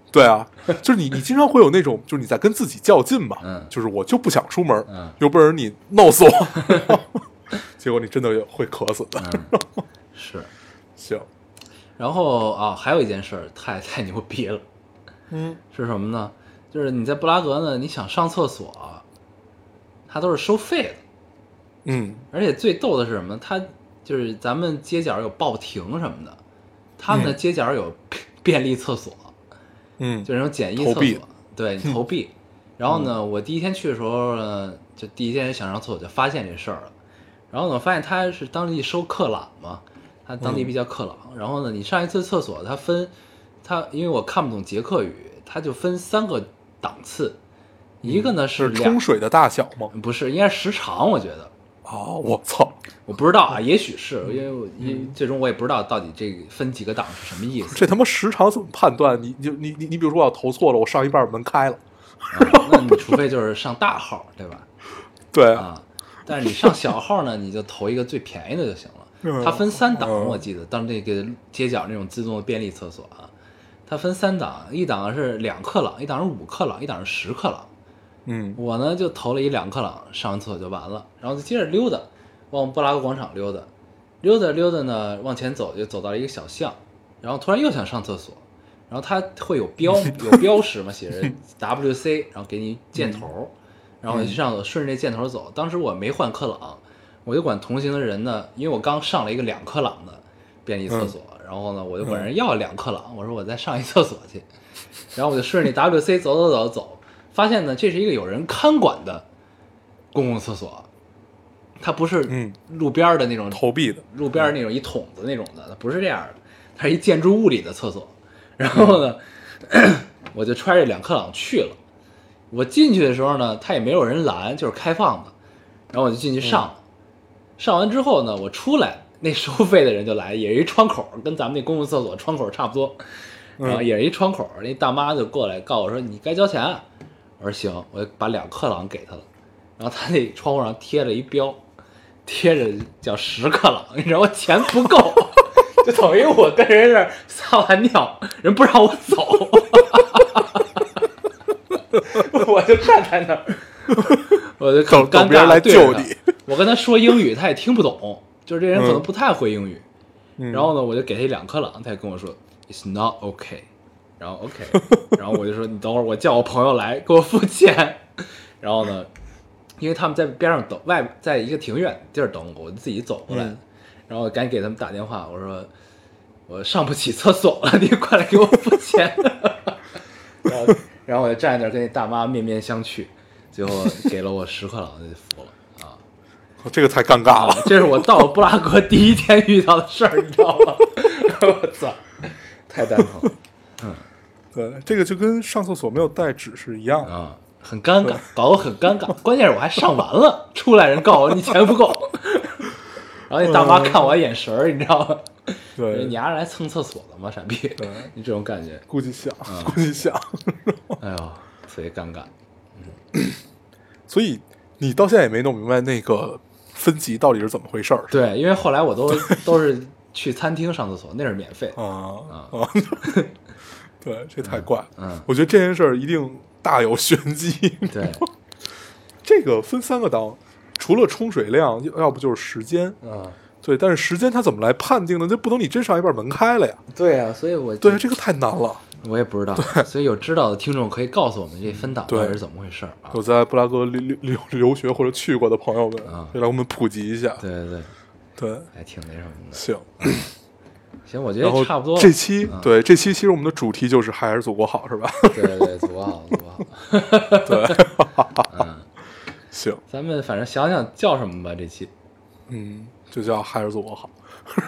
对啊，就是你你经常会有那种，就是你在跟自己较劲嘛， 嗯， 就是我就不想出门， 嗯， 有本事你弄死我，结果你真的会渴死的。 嗯、是， 行。 然后啊，还有一件事儿太太牛逼了， 嗯， 是什么呢？就是你在布拉格呢，你想上厕所，它都是收费的。 嗯， 而且最逗的是什么？它就是咱们街角有报亭什么的，他们的街角有便利厕所， 嗯， 就那种简易厕所，对，你投币。然后呢，嗯、我第一天去的时候呢，就第一天想上厕所就发现这事儿了。然后呢，我发现他是当地收克朗嘛，他当地比较克朗。嗯、然后呢，你上一次厕所，它分，它因为我看不懂捷克语，它就分三个档次，一个呢是是冲水的大小吗？ 不是，应该是时长，我觉得。 哦，我操！ 我不知道啊，也许是因为我因为最终我也不知道到底这个分几个档是什么意思。 这他妈时长怎么判断？你就你你你比如说我要投错了，我上一半门开了， 啊、那你除非就是上大号，对吧？ 对啊，但是你上小号呢，你就投一个最便宜的就行了。它分三档，我记得当这个街角那种自动的便利厕所啊，它分三档，一档是两克朗，一档是五克朗，一档是十克朗。 嗯， 我呢就投了一两克朗，上完厕所就完了，然后就接着溜达，往布拉格广场溜达，溜达溜达呢，往前走就走到了一个小巷，然后突然又想上厕所，然后它会有标有标识嘛，写着 W C， 然后给你箭头，然后我就上走，顺着这箭头走。当时我没换克朗，我就管同行的人呢，因为我刚上了一个两克朗的便利厕所，然后呢我就管人要两克朗，我说我再上一厕所去，然后我就顺着那 W C 走走走走。发现呢，这是一个有人看管的公共厕所，它不是路边的那种投币的， 路边那种一桶子那种的，它不是这样的，它是一建筑物里的厕所。然后呢，我就揣着两克朗去了。我进去的时候呢，它也没有人拦，就是开放的。然后我就进去上了，上完之后呢，我出来，那收费的人就来，也是一窗口，跟咱们那公共厕所窗口差不多。然后也是一窗口，那大妈就过来告我说：“你该交钱啊。”我说行，我就把两克朗给他了，然后他那窗户上贴了一标，贴着叫十克朗，你知道我钱不够，就等于我跟人这撒完尿，人不让我走，我就站在那儿，我就很尴尬来救你。 我跟他说英语，他也听不懂，就是这人可能不太会英语。嗯、然后呢，我就给他一两克朗，他也跟我说 "It's not okay"。然后 OK， 然后我就说你等会儿，我叫我朋友来给我付钱。然后呢，因为他们在边上等，外在一个挺远的地儿等我，我就自己走过来。嗯、然后我赶紧给他们打电话，我说我上不起厕所了，你快来给我付钱。然后，然后我就站在那儿跟那大妈面面相觑，最后给了我十克朗就服了啊。 这个太尴尬了、 啊，这是我到布拉格第一天遇到的事儿，你知道吗？我操，太蛋疼了。嗯。 对，这个就跟上厕所没有带纸是一样的啊，很尴尬，搞得很尴尬。关键是我还上完了，出来人告我你钱不够，然后那大妈看我眼神儿，你知道吗？ 对， 你丫是来蹭厕所的吗？傻逼！对，你这种感觉， 估计想，嗯、估计想。 哎呦，特别尴尬。 嗯，所以你到现在也没弄明白那个分级到底是怎么回事儿？ 对，因为后来我都都是去餐厅上厕所，那是免费啊啊。 啊对，这太怪了。 嗯， 我觉得这件事儿一定大有玄机。 对， 这个分三个档，除了冲水量，要不就是时间。 嗯， 对，但是时间它怎么来判定呢？这不能你真上一半门开了呀。 对啊，所以我对这个太难了， 我也不知道。所以有知道的听众可以告诉我们这分档到底是怎么回事啊？ 有在布拉格留留留学或者去过的朋友们，啊，可以来我们普及一下。 对对对， 对， 还挺那什么的。 行。 行，我觉得差不多了。 这期、 嗯、 对这期其实我们的主题就是还是祖国好，是吧？ 对对对，祖国好，祖国好。 对， 嗯， 行， 咱们反正想想叫什么吧，这期， 嗯，就叫还是祖国好，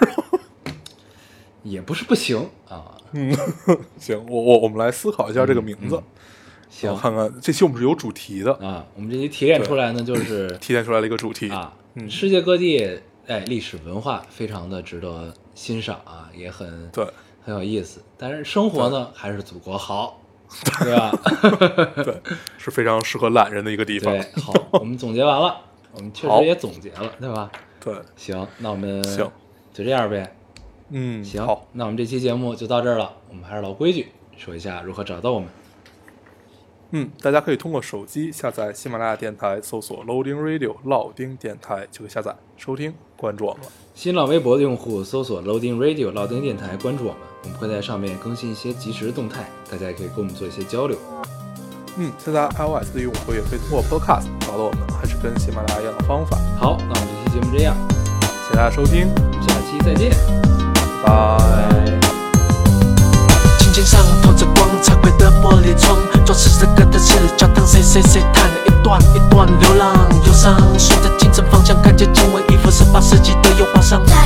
也不是不行啊。 嗯，行，我我我们来思考一下这个名字。 嗯嗯、行， 我看看这期我们是有主题的啊。我们这期提炼出来呢，就是提炼出来了一个主题啊， 嗯、 世界各地。哎，历史文化非常的值得欣赏啊，也很对， 很有意思。但是生活呢，还是祖国好，对吧？ 对，是非常适合懒人的一个地方。 对，好，我们总结完了，我们确实也总结了，对吧？ 对， 行，那我们行就这样呗。 嗯， 行， 好， 那我们这期节目就到这儿了。我们还是老规矩， 说一下如何找到我们。 嗯，大家可以通过手机下载喜马拉雅电台，搜索 Loading Radio 老丁电台就可以下载收听，关注我们。 新浪微博的用户搜索 Loading Radio 老丁电台，关注我们，我们会在上面更新一些即时的动态，大家也可以跟我们做一些交流。 嗯，现在 iOS 的用户也可以通过 Podcast 找到我们，还是跟喜马拉雅一样的方法。 好，那我们这期节目这样， 谢谢大家收听， 我们下期再见， 拜拜。 琴键上透着光，彩绘的玻璃窗，装饰这个的是教堂，谁谁谁弹了一段一段流浪忧伤，顺着清晨方向，看见经文衣服，十八世纪的油画上。